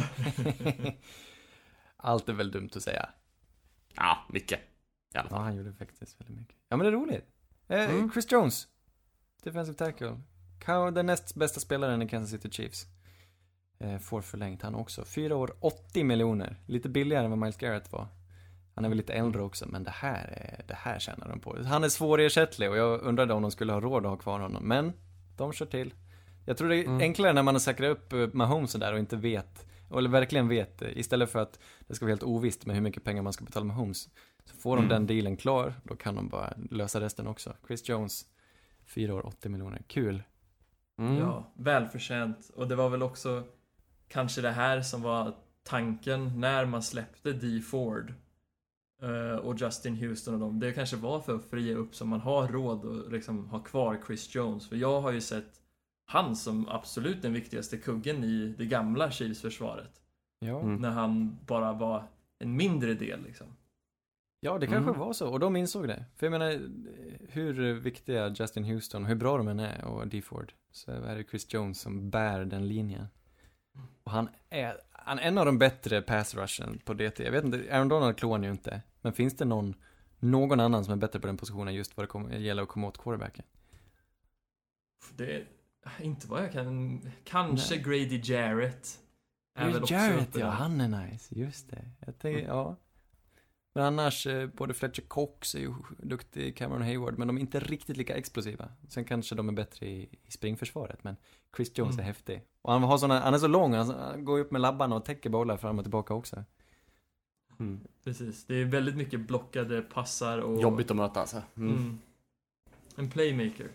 Allt är väl dumt att säga. Ja, mycket. I alla Ja, fall. han gjorde faktiskt väldigt mycket. Ja, men det är roligt. Eh, Mm. Chris Jones. Defensive tackle. Kan- Den näst bästa spelaren i Kansas City Chiefs. Eh, får förlängt han också. Fyra år, åttio miljoner. Lite billigare än vad Myles Garrett var. Han är väl lite äldre också, men det här, är, det här tjänar de på. Han är svårersättlig och jag undrade om de skulle ha råd att ha kvar honom. Men de kör till. Jag tror det är Mm. enklare när man säkrar upp eh, Mahomes och där och inte vet, eller verkligen vet, eh, istället för att det ska vara helt ovisst med hur mycket pengar man ska betala med Mahomes. Så får de Mm. den dealen klar, då kan de bara lösa resten också. Chris Jones, fyra år, åttio miljoner. Kul. Mm. Ja, välförtjänt. Och det var väl också kanske det här som var tanken när man släppte Dee Ford eh, och Justin Houston och dem. Det kanske var för att fria upp så man har råd att liksom ha kvar Chris Jones. För jag har ju sett han som absolut den viktigaste kuggen i det gamla Chiefs-försvaret. Ja, Mm. När han bara var en mindre del liksom. ja det kanske Mm. var så. Och de insåg det. För jag menar, hur viktiga Justin Houston, hur bra de än är och Dee Ford, så är det Chris Jones som bär den linjen. Och han är, han är en av de bättre pass rushen på D T. Jag vet inte, Aaron Donald klår han ju inte. Men finns det någon, någon annan som är bättre på den positionen just vad det kommer, gäller att komma åt quarterbacken? Det är inte vad jag kan... Kanske Nej. Grady Jarrett. är väl Grady också Jarrett, uppe ja, där. han är nice, just det. Jag tänker, Mm. ja. Men annars, eh, både Fletcher Cox är ju duktig, Cameron Hayward, men de är inte riktigt lika explosiva. Sen kanske de är bättre i, i springförsvaret, men Chris Jones Mm. är häftig. Och han, har såna, han är så lång, han, han går upp med labbarna och täcker bollar fram och tillbaka också. Mm. Precis. Det är väldigt mycket blockade passar och... Jobbigt att möta alltså. Mm. Mm. En playmaker.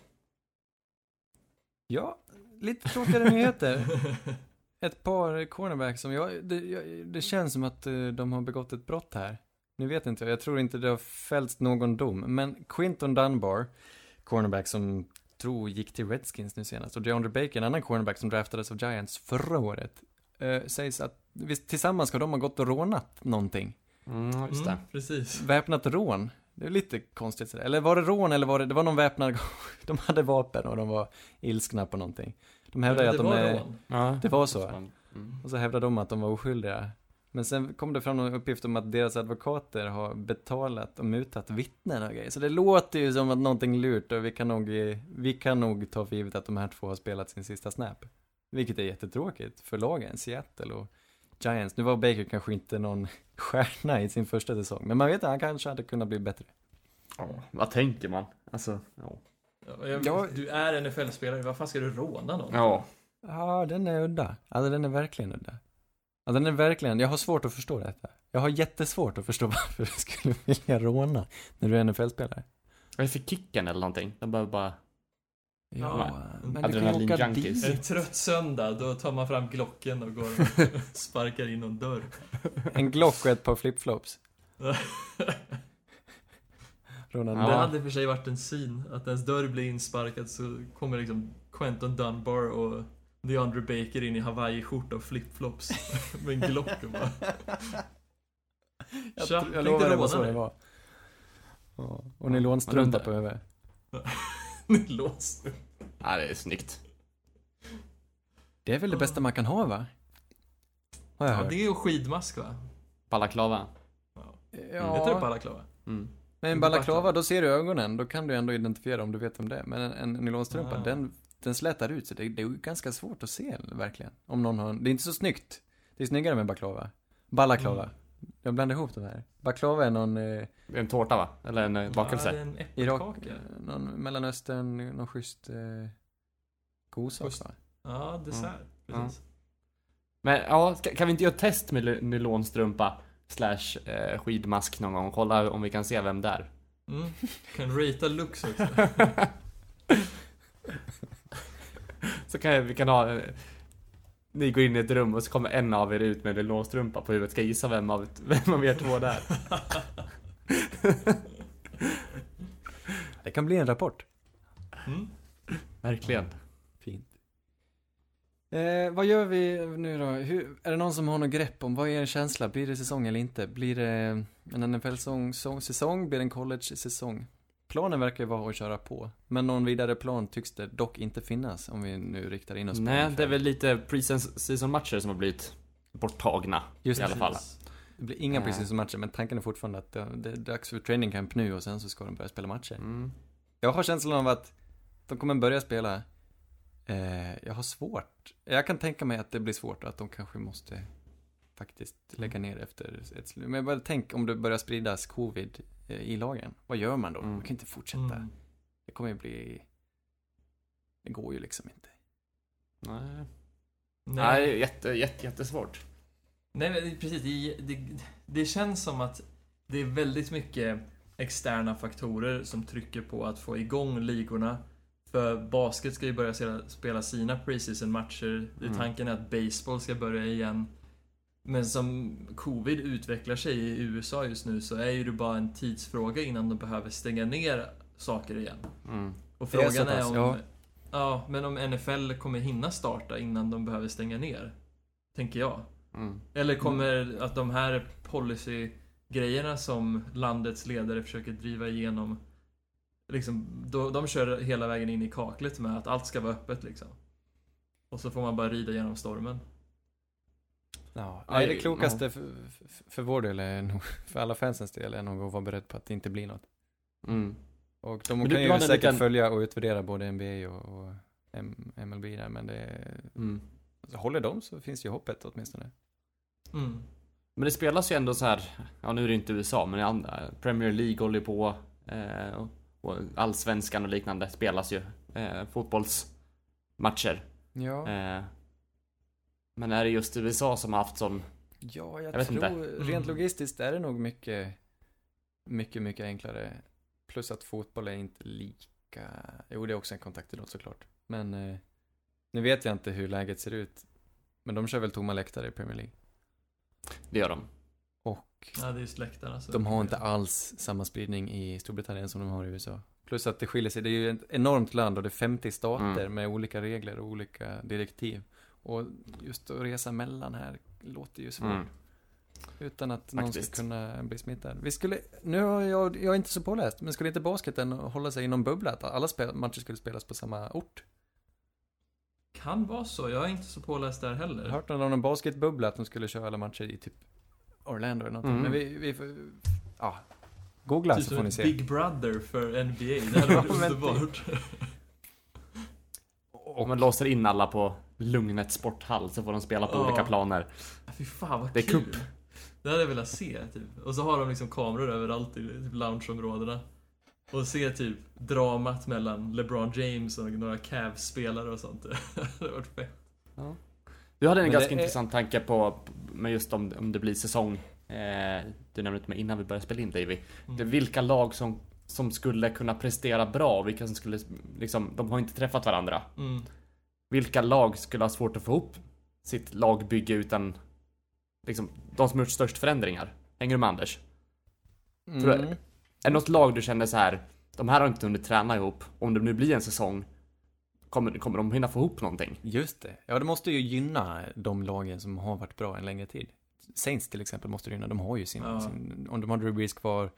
Ja, lite tråkigare nyheter. Ett par cornerbacks som jag det, jag, det känns som att eh, de har begått ett brott här. Nu vet inte jag, jag tror inte det har fällts någon dom. Men Quinton Dunbar, cornerback som tror gick till Redskins nu senast, och DeAndre Baker, en annan cornerback som draftades av Giants förra året, eh, sägs att visst, tillsammans ska de ha gått och rånat någonting. Mm, just det. Mm, precis. Väpnat rån. Det är lite konstigt sådär. Eller var det rån eller var det, det var någon väpnad, de hade vapen och de var ilskna på någonting. De hävdar ju Men att det de var är... rån. Ja. Det var så. Mm. Och så hävdade de att de var oskyldiga. Men sen kom det fram någon uppgift om att deras advokater har betalat och mutat vittnen och grejer. Så det låter ju som att någonting lurt, och vi kan nog, vi kan nog ta för givet att de här två har spelat sin sista snap. Vilket är jättetråkigt för lagen, Seattle och Giants. Nu var Baker kanske inte någon stjärna i sin första säsong, men man vet att han kanske hade kunnat bli bättre. Ja, vad tänker man? Alltså, ja. Ja, jag, Ja. Du är N F L-spelare, vad fan ska du råna någon? Ja. Ja, den är udda. Alltså den är verkligen udda. Ja, den är verkligen, jag har svårt att förstå detta. Jag har jättesvårt att förstå varför du skulle vilja råna när du är N F L-spelare. Vad är det för kicken eller någonting? De behöver bara... Ja, men du kan ju Adrenalin åka junkies. En dit. trött söndag, då tar man fram Glocken och går och sparkar in någon dörr. En Glock och ett par flipflops. Råna Ja. Det hade i och för sig varit en syn, att ens dörr blir insparkad så kommer liksom Quentin Dunbar och DeAndre Baker in i Hawaii-skjorta och flipflops med en Glock och bara... Jag, Tja, tr- jag tänkte lovar det var råna så dig. det var. Ja, och nylonstrumpa på över. Nylonstrumpa. Ja, det är snyggt. Det är väl det bästa man kan ha, va? Har jag Ja, hört. det är ju skidmask, va? Balaklava. Ja. Heter det balaklava? Mm. Men en balaklava, då ser du ögonen. Då kan du ändå identifiera om du vet om det är. Men en, en nylonstrumpa, Ah. den, den slätar ut. Så det, det är ju ganska svårt att se, verkligen. Om någon har, det är inte så snyggt. Det är snyggare med baklava. Balaklava. Mm. Jag blandar ihop de här. Baklava är någon... Eh, En tårta, va? Eller en eh, bakelse. Ja, det är en Irak, äppelkaka. någon Mellanöstern, någon schysst... Eh, god sak, Schysst. va? Ja, dessert. Ja. Precis. Men ja, ska- kan vi inte göra ett test med ly- nylonstrumpa slash eh, skidmask någon gång och kolla om vi kan se vem det är? Mm. Kan ratea looks också. Så kan jag, vi kan ha... eh, Ni går in i ett rum och så kommer en av er ut med nylonstrumpa på huvudet. Ska jag gissa vem av, vem av er två det är? Det kan bli en rapport. Mm. Verkligen. Fint. Eh, vad gör vi nu då? Hur, är det någon som har något grepp om vad är en känsla? Blir det säsong eller inte? Blir det en N F L-säsong? Blir det en college-säsong? Planen verkar ju vara att köra på. Men någon vidare plan tycks det dock inte finnas om vi nu riktar in oss på Nej, N F L. det är väl lite pre-season-matcher som har blivit borttagna. Just i alla fall. Det blir inga Nej. preseason-matcher, men tanken är fortfarande att det, det är dags för training camp nu och sen så ska de börja spela matcher. Mm. Jag har känslan av att de kommer börja spela. Eh, jag har svårt. Jag kan tänka mig att det blir svårt och att de kanske måste faktiskt lägga ner efter ett slut. Men jag bara tänk om det börjar spridas covid eh, i lagen. Vad gör man då? Mm. Man kan inte fortsätta. Mm. Det kommer ju bli... Det går ju liksom inte. Nej. Nej. Nej, jätte, jätte, jättesvårt. Nej, men precis. Det, det, det känns som att det är väldigt mycket externa faktorer som trycker på att få igång ligorna. För basket ska ju börja spela, spela sina preseason-matcher. Mm. Tanken är att baseball ska börja igen. Men som covid utvecklar sig i U S A just nu så är ju det bara en tidsfråga innan de behöver stänga ner saker igen. Mm. Och Det är så frågan är, pass, om... ja. Ja, men om N F L kommer hinna starta innan de behöver stänga ner. Tänker jag. Mm. Eller kommer att de här policy-grejerna som landets ledare försöker driva igenom liksom, då, de kör hela vägen in i kaklet med att allt ska vara öppet liksom. Och så får man bara rida genom stormen. Ja, Aj, nej, det klokaste ja. för, för, för vår del är nog, för alla fansens del är nog att vara beredd på att det inte blir något. Mm. Och de Men kan du ju hade en säkert liten- följa och utvärdera både N B A och, och M- M L B där, men det Mm. alltså, håller de så finns ju hoppet åtminstone. Mm. Men det spelas ju ändå så här, ja nu är det inte U S A, men i andra, Premier League håller ju på, eh, och, och allsvenskan och liknande spelas ju, eh, fotbollsmatcher. Ja, Eh, men är det just U S A som har haft sån, ja jag, jag vet tror inte. rent Mm. logistiskt är det nog mycket, mycket, mycket enklare. Plus att fotboll är inte lika, jo det är också en kontaktidrott såklart. Men eh, nu vet jag inte hur läget ser ut. Men de kör väl tomma läktare i Premier League. det gör de. Och Ja, det är just läktarna. Så. de har inte alls samma spridning i Storbritannien som de har i U S A. Plus att det skiljer sig, det är ju ett enormt land och det är femtio stater Mm. med olika regler och olika direktiv. Och just att resa mellan här låter ju svårt. Mm. Utan att någon Faktiskt. ska kunna bli smittad. Vi skulle, nu har jag, jag är inte så påläst, men skulle inte basketen hålla sig inom bubbla? Att alla spel, matcher skulle spelas på samma ort? Kan vara så. Jag är inte så påläst där Jag heller. har hört någon om basketbubbla att de skulle köra alla matcher i typ Orlando eller någonting. Mm. Men vi, vi får, ja. Googla Typ så som får ni ett se. Big Brother för N B A. Det hade varit Ja, men underbart. Och man låser in alla på Lugnet sporthall så får de spela på Ja. olika planer. Fy fan vad Det är kul. cup. Det hade jag velat se typ. Och så har de liksom kameror överallt i typ loungeområdena. Och se typ dramat mellan LeBron James och några Cavs-spelare och sånt. Det hade varit fett. Du hade en Men ganska det är- intressant tanke på, med just om, om det blir säsong. Eh, du nämnde det med innan vi började spela in, Davy. Mm. Det är vilka lag som, som skulle kunna prestera bra och vilka som skulle, liksom, de har inte träffat varandra. Mm. Vilka lag skulle ha svårt att få ihop sitt lagbygge utan, liksom, de som har gjort störst förändringar? Hänger du med, Anders? Mm. Tror jag- Är det något lag du känner så här, de här har inte hunnit träna ihop, om det nu blir en säsong, kommer, kommer de hinna få ihop någonting? Just det. Ja, det måste ju gynna de lagen som har varit bra en längre tid. Saints till exempel måste det gynna. De har ju sin, Ja. sin om de har Drew Brees kvar, de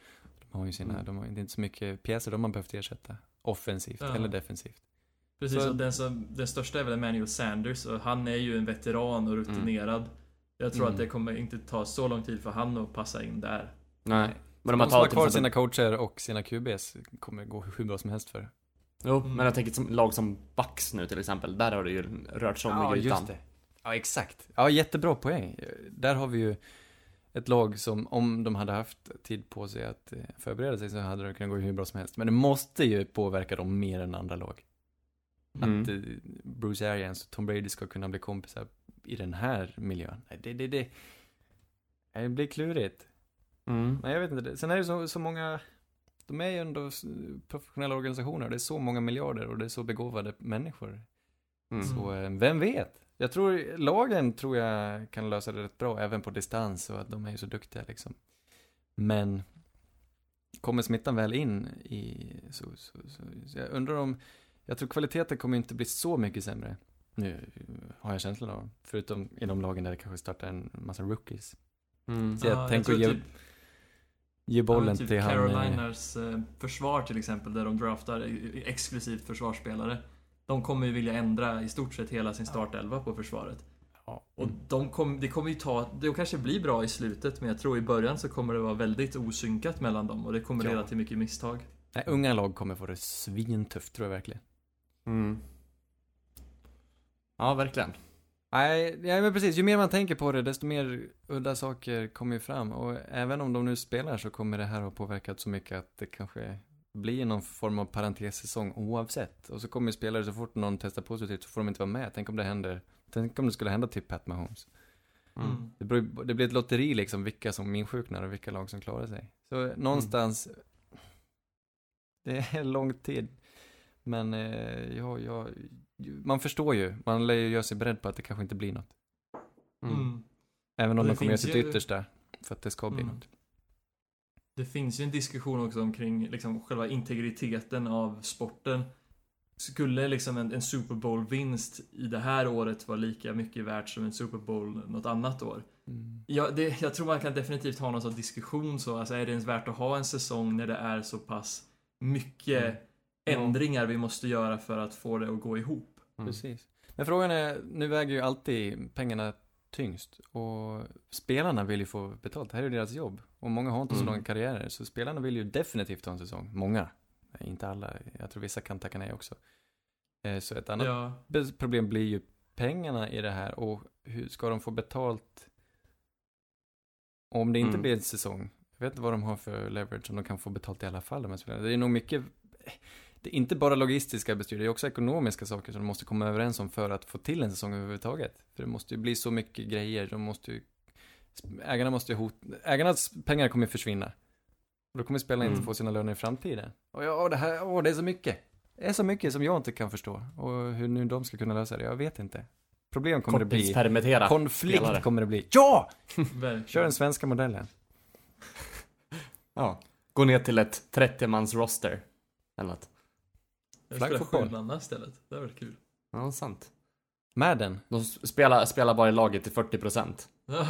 De har ju sina, Mm. de har inte så mycket pjäser de har behövt ersätta. Offensivt Ja. eller defensivt. Precis, Så- och den, som, den största är väl Emmanuel Sanders och han är ju en veteran och rutinerad. Jag tror Mm. att det kommer inte ta så lång tid för han att passa in där. Nej. Men De, de har som har tagit kvar till sina exempel... coacher och sina Q Bs kommer gå hur bra som helst för. Jo, Mm. men jag tänker som lag som Bucks nu till exempel. Där har det ju rört sig om i grytan. det. Ja, exakt. Ja, jättebra poäng. Där har vi ju ett lag som, om de hade haft tid på sig att eh, förbereda sig så hade det kunnat gå hur bra som helst. Men det måste ju påverka dem mer än andra lag. Mm. Att eh, Bruce Arians och Tom Brady ska kunna bli kompisar i den här miljön. Nej, Det, det, det, det blir klurigt. Mm. Nej, jag vet inte. Sen är det så, så många, de är ju ändå s- professionella organisationer. Det är så många miljarder och det är så begåvade människor. Mm. Så eh, vem vet? Jag tror, lagen tror jag kan lösa det rätt bra även på distans och att de är ju så duktiga liksom. Men kommer smittan väl in i, så, så, så, så jag undrar om, jag tror kvaliteten kommer inte bli så mycket sämre. Nu har jag känslan av, förutom i de lagen där det kanske startar en massa rookies. Mm. Så jag Ja, tänker tror ge, typ- ge bollen Ja, typ till han. eh, Caroliners eh, försvar till exempel, där de draftar eh, exklusivt försvarsspelare. De kommer ju vilja ändra i stort sett hela sin startelva på försvaret. Ja. Och de kom, det kommer ju ta, det kanske blir bra i slutet, men jag tror i början så kommer det vara väldigt osynkat mellan dem och det kommer Ja. leda till mycket misstag. Nej, unga lag kommer få det svintufft tror jag verkligen. Mm. Ja, verkligen. Nej, ja, men precis. Ju mer man tänker på det, desto mer udda saker kommer ju fram. Och även om de nu spelar så kommer det här att påverkat så mycket att det kanske blir någon form av parentessäsong oavsett. Och så kommer ju spelare, så fort någon testar positivt så får de inte vara med. Tänk om det händer, tänk om det skulle hända till Pat Mahomes. Mm. Det, beror, det blir ett lotteri liksom, vilka som insjuknar och vilka lag som klarar sig. Så någonstans, det är lång tid. Men eh, ja, ja, man förstår ju, man lär ju göra sig beredd på att det kanske inte blir något. Mm. Mm. Även Och om det de kommer göra finns sitt ju- yttersta för att det ska bli Mm. något. Det finns ju en diskussion också omkring liksom själva integriteten av sporten. Skulle liksom en, en Super Bowl-vinst i det här året vara lika mycket värt som en Super Bowl något annat år? Mm. Ja, det, jag tror man kan definitivt ha någon sån diskussion så. Alltså, är det ens värt att ha en säsong när det är så pass mycket Mm. ändringar vi måste göra för att få det att gå ihop? Mm. Precis. Men frågan är, nu väger ju alltid pengarna tyngst. Och spelarna vill ju få betalt. Det här är ju deras jobb. Och många har inte så Mm. långa karriärer. Så spelarna vill ju definitivt ha en säsong. Många. Nej, inte alla. Jag tror vissa kan tacka nej också. Eh, Så ett annat Ja, be- problem blir ju pengarna i det här. Och hur ska de få betalt om det inte Mm. blir en säsong? Jag vet inte vad de har för leverage om de kan få betalt i alla fall. De här spelarna. Det är nog mycket, det är inte bara logistiska bestyr, det är också ekonomiska saker som de måste komma överens om för att få till en säsong överhuvudtaget. För det måste ju bli så mycket grejer, de måste ju, ägarna måste ju hot, ägarnas pengar kommer ju försvinna. Och då kommer spelarna Mm. inte få sina löner i framtiden. Och ja, det här, åh, det är så mycket. Det är så mycket som jag inte kan förstå. Och hur nu de ska kunna lösa det, jag vet inte. Problem kommer det bli. Korttidspermittera Konflikt spelare. kommer det bli. Ja! verkligen. Kör den svenska modellen. Ja. Gå ner till ett trettio-mans roster. Eller något. Jag spelar Flaggfotboll. sjumanna istället. Det har varit kul. Ja, sant. Madden. De spelar, spelar bara i laget till fyrtio procent.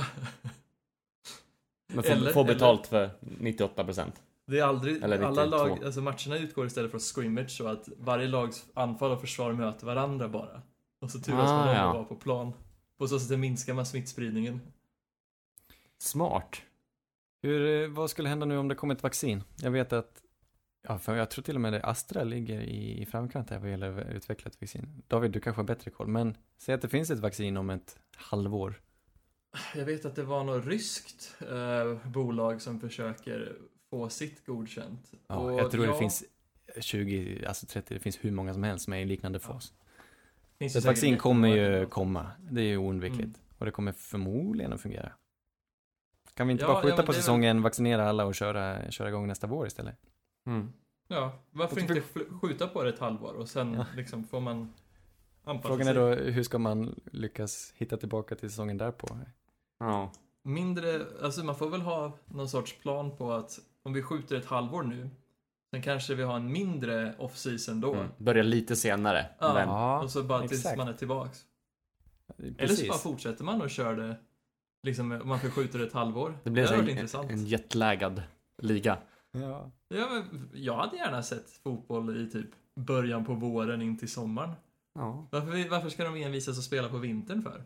Men får, Eller- får betalt för nittioåtta procent. Det är aldrig, Eller alla nittiotvå. lag, alltså matcherna utgår istället från scrimmage så att varje lags anfall och försvar möter varandra bara. Och så turas Ah, man om ja. att vara på plan. På så sätt minskar man smittspridningen. Smart. Hur, eh, vad skulle hända nu om det kommer ett vaccin? Jag vet att, ja, för jag tror till och med det Astra ligger i, i framkant här vad gäller att utveckla ett vaccin. David, du kanske har bättre koll, men säg att det finns ett vaccin om ett halvår. Jag vet att det var något ryskt eh, bolag som försöker få sitt godkänt. Ja, Och jag tror ja, det finns tjugo, alltså trettio, det finns hur många som helst som är i liknande fas. finns ju Ett säkert vaccin kommer jättemånga ju ändå. komma, det är ju oundvikligt. Mm. Och det kommer förmodligen att fungera. Kan vi inte Ja, bara ja, skjuta men på det är väl- säsongen, vaccinera alla och köra, köra igång nästa vår istället? Mm. Ja, varför Jag inte tycker- fl- skjuta på det ett halvår och sen Ja. liksom får man anpassa Frågan är sig. då, hur ska man lyckas hitta tillbaka till säsongen därpå? Ja. Mindre, alltså man får väl ha någon sorts plan på att om vi skjuter ett halvår nu, sen kanske vi har en mindre off-season då. Mm. Börja lite senare. Ja. Men, Ja, Och så bara tills exakt. man är tillbaks. Eller så precis. bara fortsätter man och kör det, liksom om man förskjuter ett halvår. det blir det så har varit en, intressant. en jetlaggad liga. Ja. Ja, men jag hade gärna sett fotboll i typ början på våren in till sommaren. Ja. Varför, varför ska de envisas att spela på vintern för?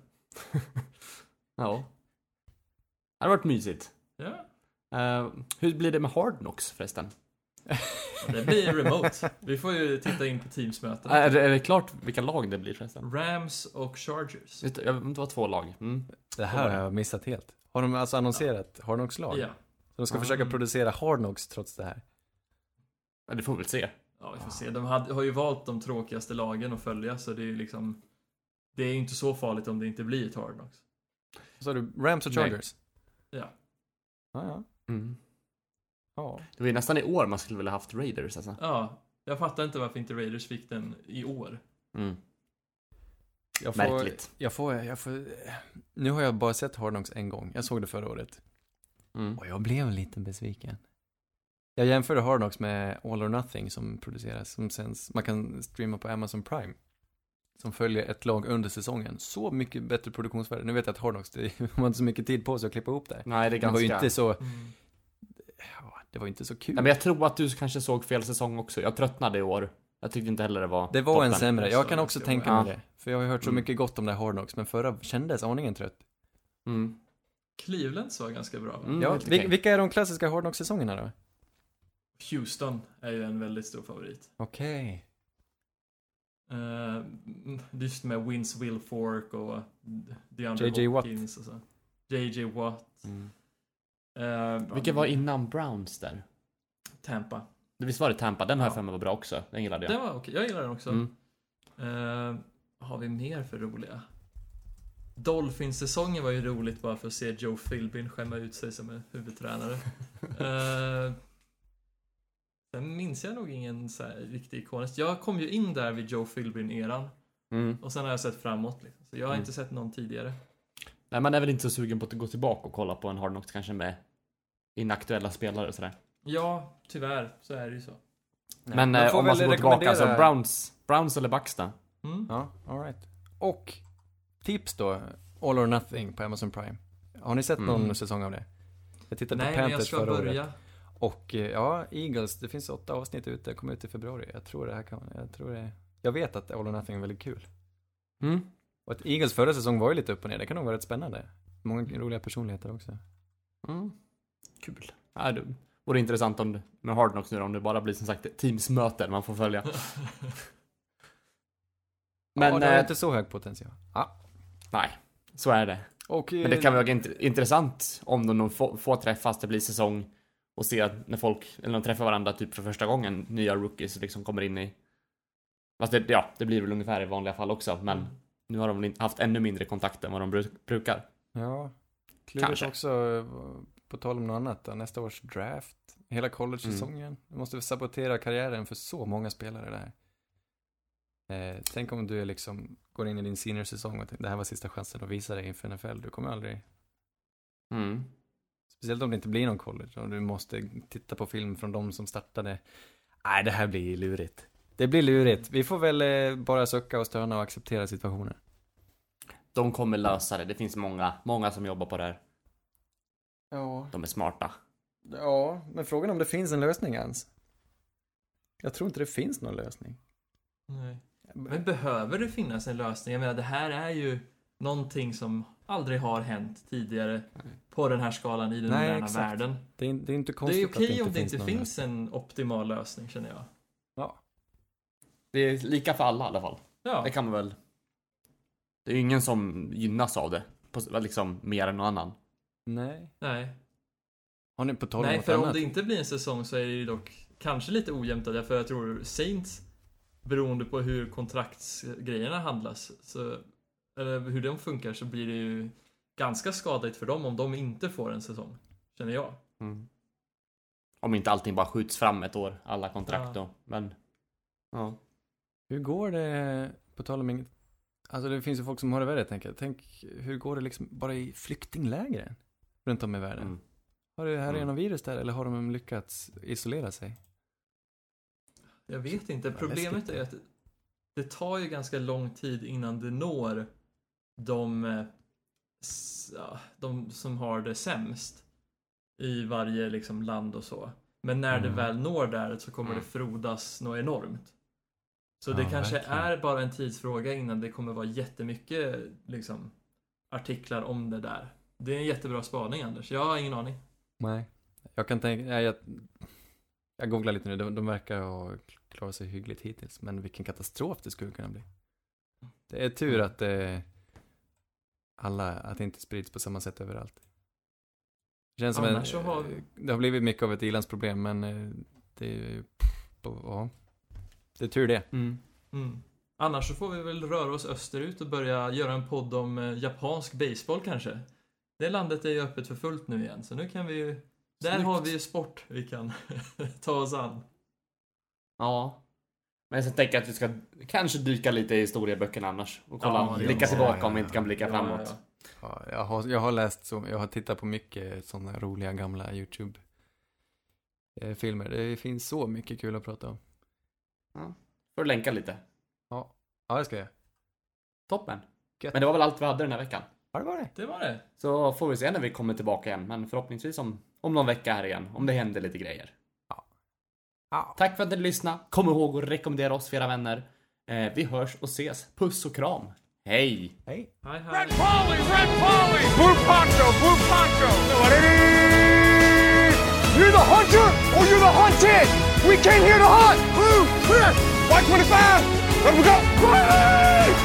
Ja. Det har varit mysigt. Ja, Uh, hur blir det med Hard Knocks förresten? det blir remote. Vi får ju titta in på Teams-möten. Är, det- är det klart vilka lag det blir förresten? Rams och Chargers. Just det, Jag vet inte, det var två lag. Mm. Det här har jag missat helt. Har de alltså annonserat Hard Knocks-lag? Ja. Så de ska Ah. försöka producera Hard Knocks trots det här. Ja, det får vi väl se. Ja, vi får se. De hade, har ju valt de tråkigaste lagen att följa, så det är ju liksom... Det är ju inte så farligt om det inte blir ett Hard Knocks. Så har du Rams och Nej. Chargers? Ja. Ja, ja. Mm. Ja. Det var ju nästan i år man skulle vilja haft Raiders alltså. Ja, jag fattar inte varför inte Raiders fick den i år. Mm. Jag får, Märkligt. Jag får, jag får, nu har jag bara sett Hard Knocks en gång. Jag såg det förra året. Mm. Och jag blev lite besviken. Jag jämförde Hard Knocks med All or Nothing som produceras. Som sen man kan streama på Amazon Prime. Som följer ett lag under säsongen. Så mycket bättre produktionsvärde. Nu vet jag att Hard Knocks, det var inte så mycket tid på sig att klippa ihop det. Nej, det är Det var ganska... ju inte så, Mm. ja, det var inte så kul. Nej, men jag tror att du kanske såg fel säsong också. Jag tröttnade i år. Jag tyckte inte heller det var Det var en toppen. sämre. Jag kan Så också ska tänka vara. mig det. För jag har hört så Mm. mycket gott om det här Hard Knocks. Men förra kändes aningen trött. Mm. Cleveland var ganska bra, va? Mm, Ja, helt vil- okej. vilka är de klassiska Hard Knocks-säsongerna då? Houston är ju en väldigt stor favorit. Okej. Uh, just med Vince Wilfork och DeAndre J J Watt. Hopkins och så. J J Watt. Mm. Uh, Vilket var innan Browns där? Tampa. Visst var det Tampa? Den har jag Ja. för mig var bra också. Den gillade jag. Den var okej, jag gillar den också. Mm. Uh, har vi mer för roliga? Dolphins-säsongen var ju roligt bara för att se Joe Philbin skämma ut sig som en huvudtränare. uh, sen minns jag nog ingen så här riktig ikonisk. Jag kom ju in där vid Joe Philbin-eran. Mm. Och sen har jag sett framåt. Liksom. Så jag har Mm. inte sett någon tidigare. Nej, man är väl inte så sugen på att gå tillbaka och kolla på en Hard Knocks kanske med inaktuella spelare och sådär. Ja, tyvärr så är det ju så. Nej, Men man eh, får om man väl ska gå tillbaka, rekommendera- alltså Browns, Browns eller Bucks då? Mm. Ja, all right. Och tips då, All or Nothing på Amazon Prime. Har ni sett någon Mm. säsong av det? Jag tittade Nej, på men jag Panthers ska förra börja. året. Och eh, ja, Eagles, det finns åtta avsnitt ute, kommer ut i februari. Jag tror det här kan, jag tror det, jag vet att All or Nothing är väldigt kul. Mm. Och att Eagles förra säsong var ju lite upp och ner, det kan nog vara rätt spännande. Många roliga personligheter också. Mm. Kul. Ja, det vore intressant om det, med Hard Knocks nu då, om det bara blir som sagt Teams-möten man får följa. Men Men ja, det är eh, inte så hög potential. Ja. nej, så är det. Och, Men det kan vara int- intressant om de nog får, får träffas, det blir säsong och se att när folk, eller de träffar varandra typ för första gången, nya rookies liksom kommer in i. Fast det, ja, det blir väl ungefär i vanliga fall också, men Mm. nu har de väl haft ännu mindre kontakt än vad de bru- brukar. Ja, klurigt Kanske. också eh, på tal om något annat då, nästa års draft. Hela college-säsongen. Mm. Du måste sabotera karriären för så många spelare där. Eh, tänk om du liksom går in i din senior-säsong och tänker, det här var sista chansen att visa dig inför N F L. Du kommer aldrig, Mm. speciellt om det inte blir någon college och du måste titta på film från de som startade. Nej, det här blir lurigt. Det blir lurigt. Vi får väl eh, bara sucka och stöna och acceptera situationen. De kommer lösa det. Det finns många, många som jobbar på det här. Ja. De är smarta. Ja, men frågan är om det finns en lösning ens. Jag tror inte det finns någon lösning. Nej. Men behöver det finnas en lösning? Jag menar, det här är ju någonting som aldrig har hänt tidigare på den här skalan i den Nej, moderna exakt. världen. Det är, det är inte Det konstigt är okej att det om inte det finns inte någon finns lösning. en optimal lösning, känner jag. Ja. Det är lika för alla i alla fall. Ja, Det kan man väl. Det är ju ingen som gynnas av det. På, liksom mer än någon annan. Nej. nej. Har ni på tal om Nej, något för om annat? det inte blir en säsong så är det ju dock kanske lite ojämnt där, för jag tror Saints, beroende på hur kontraktsgrejerna handlas, så, eller hur de funkar, så blir det ju ganska skadligt för dem om de inte får en säsong, känner jag. Mm. Om inte allting bara skjuts fram ett år. Alla kontrakt Ja. då. Men. Ja. Hur går det, på tal om inget... Alltså det finns ju folk som har det värre, tänker jag. Tänk, hur går det liksom bara i flyktinglägren runt om i världen? Mm. Har det här Mm. är någon virus där, eller har de lyckats isolera sig? Jag vet inte, Vad problemet läskigt. är att det tar ju ganska lång tid innan det når de, eh, s- ja, de som har det sämst i varje liksom land och så. Men när Mm. det väl når där så kommer Mm. det frodas något enormt. Så Ja, det kanske verkligen. är bara en tidsfråga innan det kommer vara jättemycket liksom, artiklar om det där. Det är en jättebra spaning, Anders. Jag har ingen aning. Nej. Jag kan tänka, nej, jag, jag googlar lite nu, de, de verkar ha klarat sig hyggligt hittills. Men vilken katastrof det skulle kunna bli. Det är tur att eh, alla, att det inte sprids på samma sätt överallt. Det känns som en, Annars så har vi- det har blivit mycket av ett ilandsproblem, men eh, det är ja, det är tur det. Mm. Mm. Annars så får vi väl röra oss österut och börja göra en podd om eh, japansk baseball kanske. Det landet är ju öppet för fullt nu igen, så nu kan vi ju... Där Snyggt. har vi ju sport vi kan ta oss an. Ja. Men jag tänker att vi ska kanske dyka lite i historieböckerna annars. Och kolla, Ja, det- blicka ja, tillbaka ja, om vi inte kan blicka Ja, framåt. ja. Ja, jag, har, jag har läst så, jag har tittat på mycket sådana roliga gamla YouTube-filmer. Det finns så mycket kul att prata om. Får du länka lite. Ja, det ska jag. Toppen. Gött. Men det var väl allt vi hade den här veckan. Har det varit? Det var det. Så får vi se när vi kommer tillbaka igen. Men förhoppningsvis om, om någon vecka här igen. Om det händer lite grejer. Ja. Tack för att ni lyssnade. Kom ihåg att rekommendera oss för era vänner. Eh, vi hörs och ses. Puss och kram. Hej! Hej. Hej, hej. Red Polly, Red Polly! Blue Poncho, Blue Poncho! You're the hunter or you're the hunted! We came here to hunt! Blue, clear! White twenty-five! Let we go! Riley!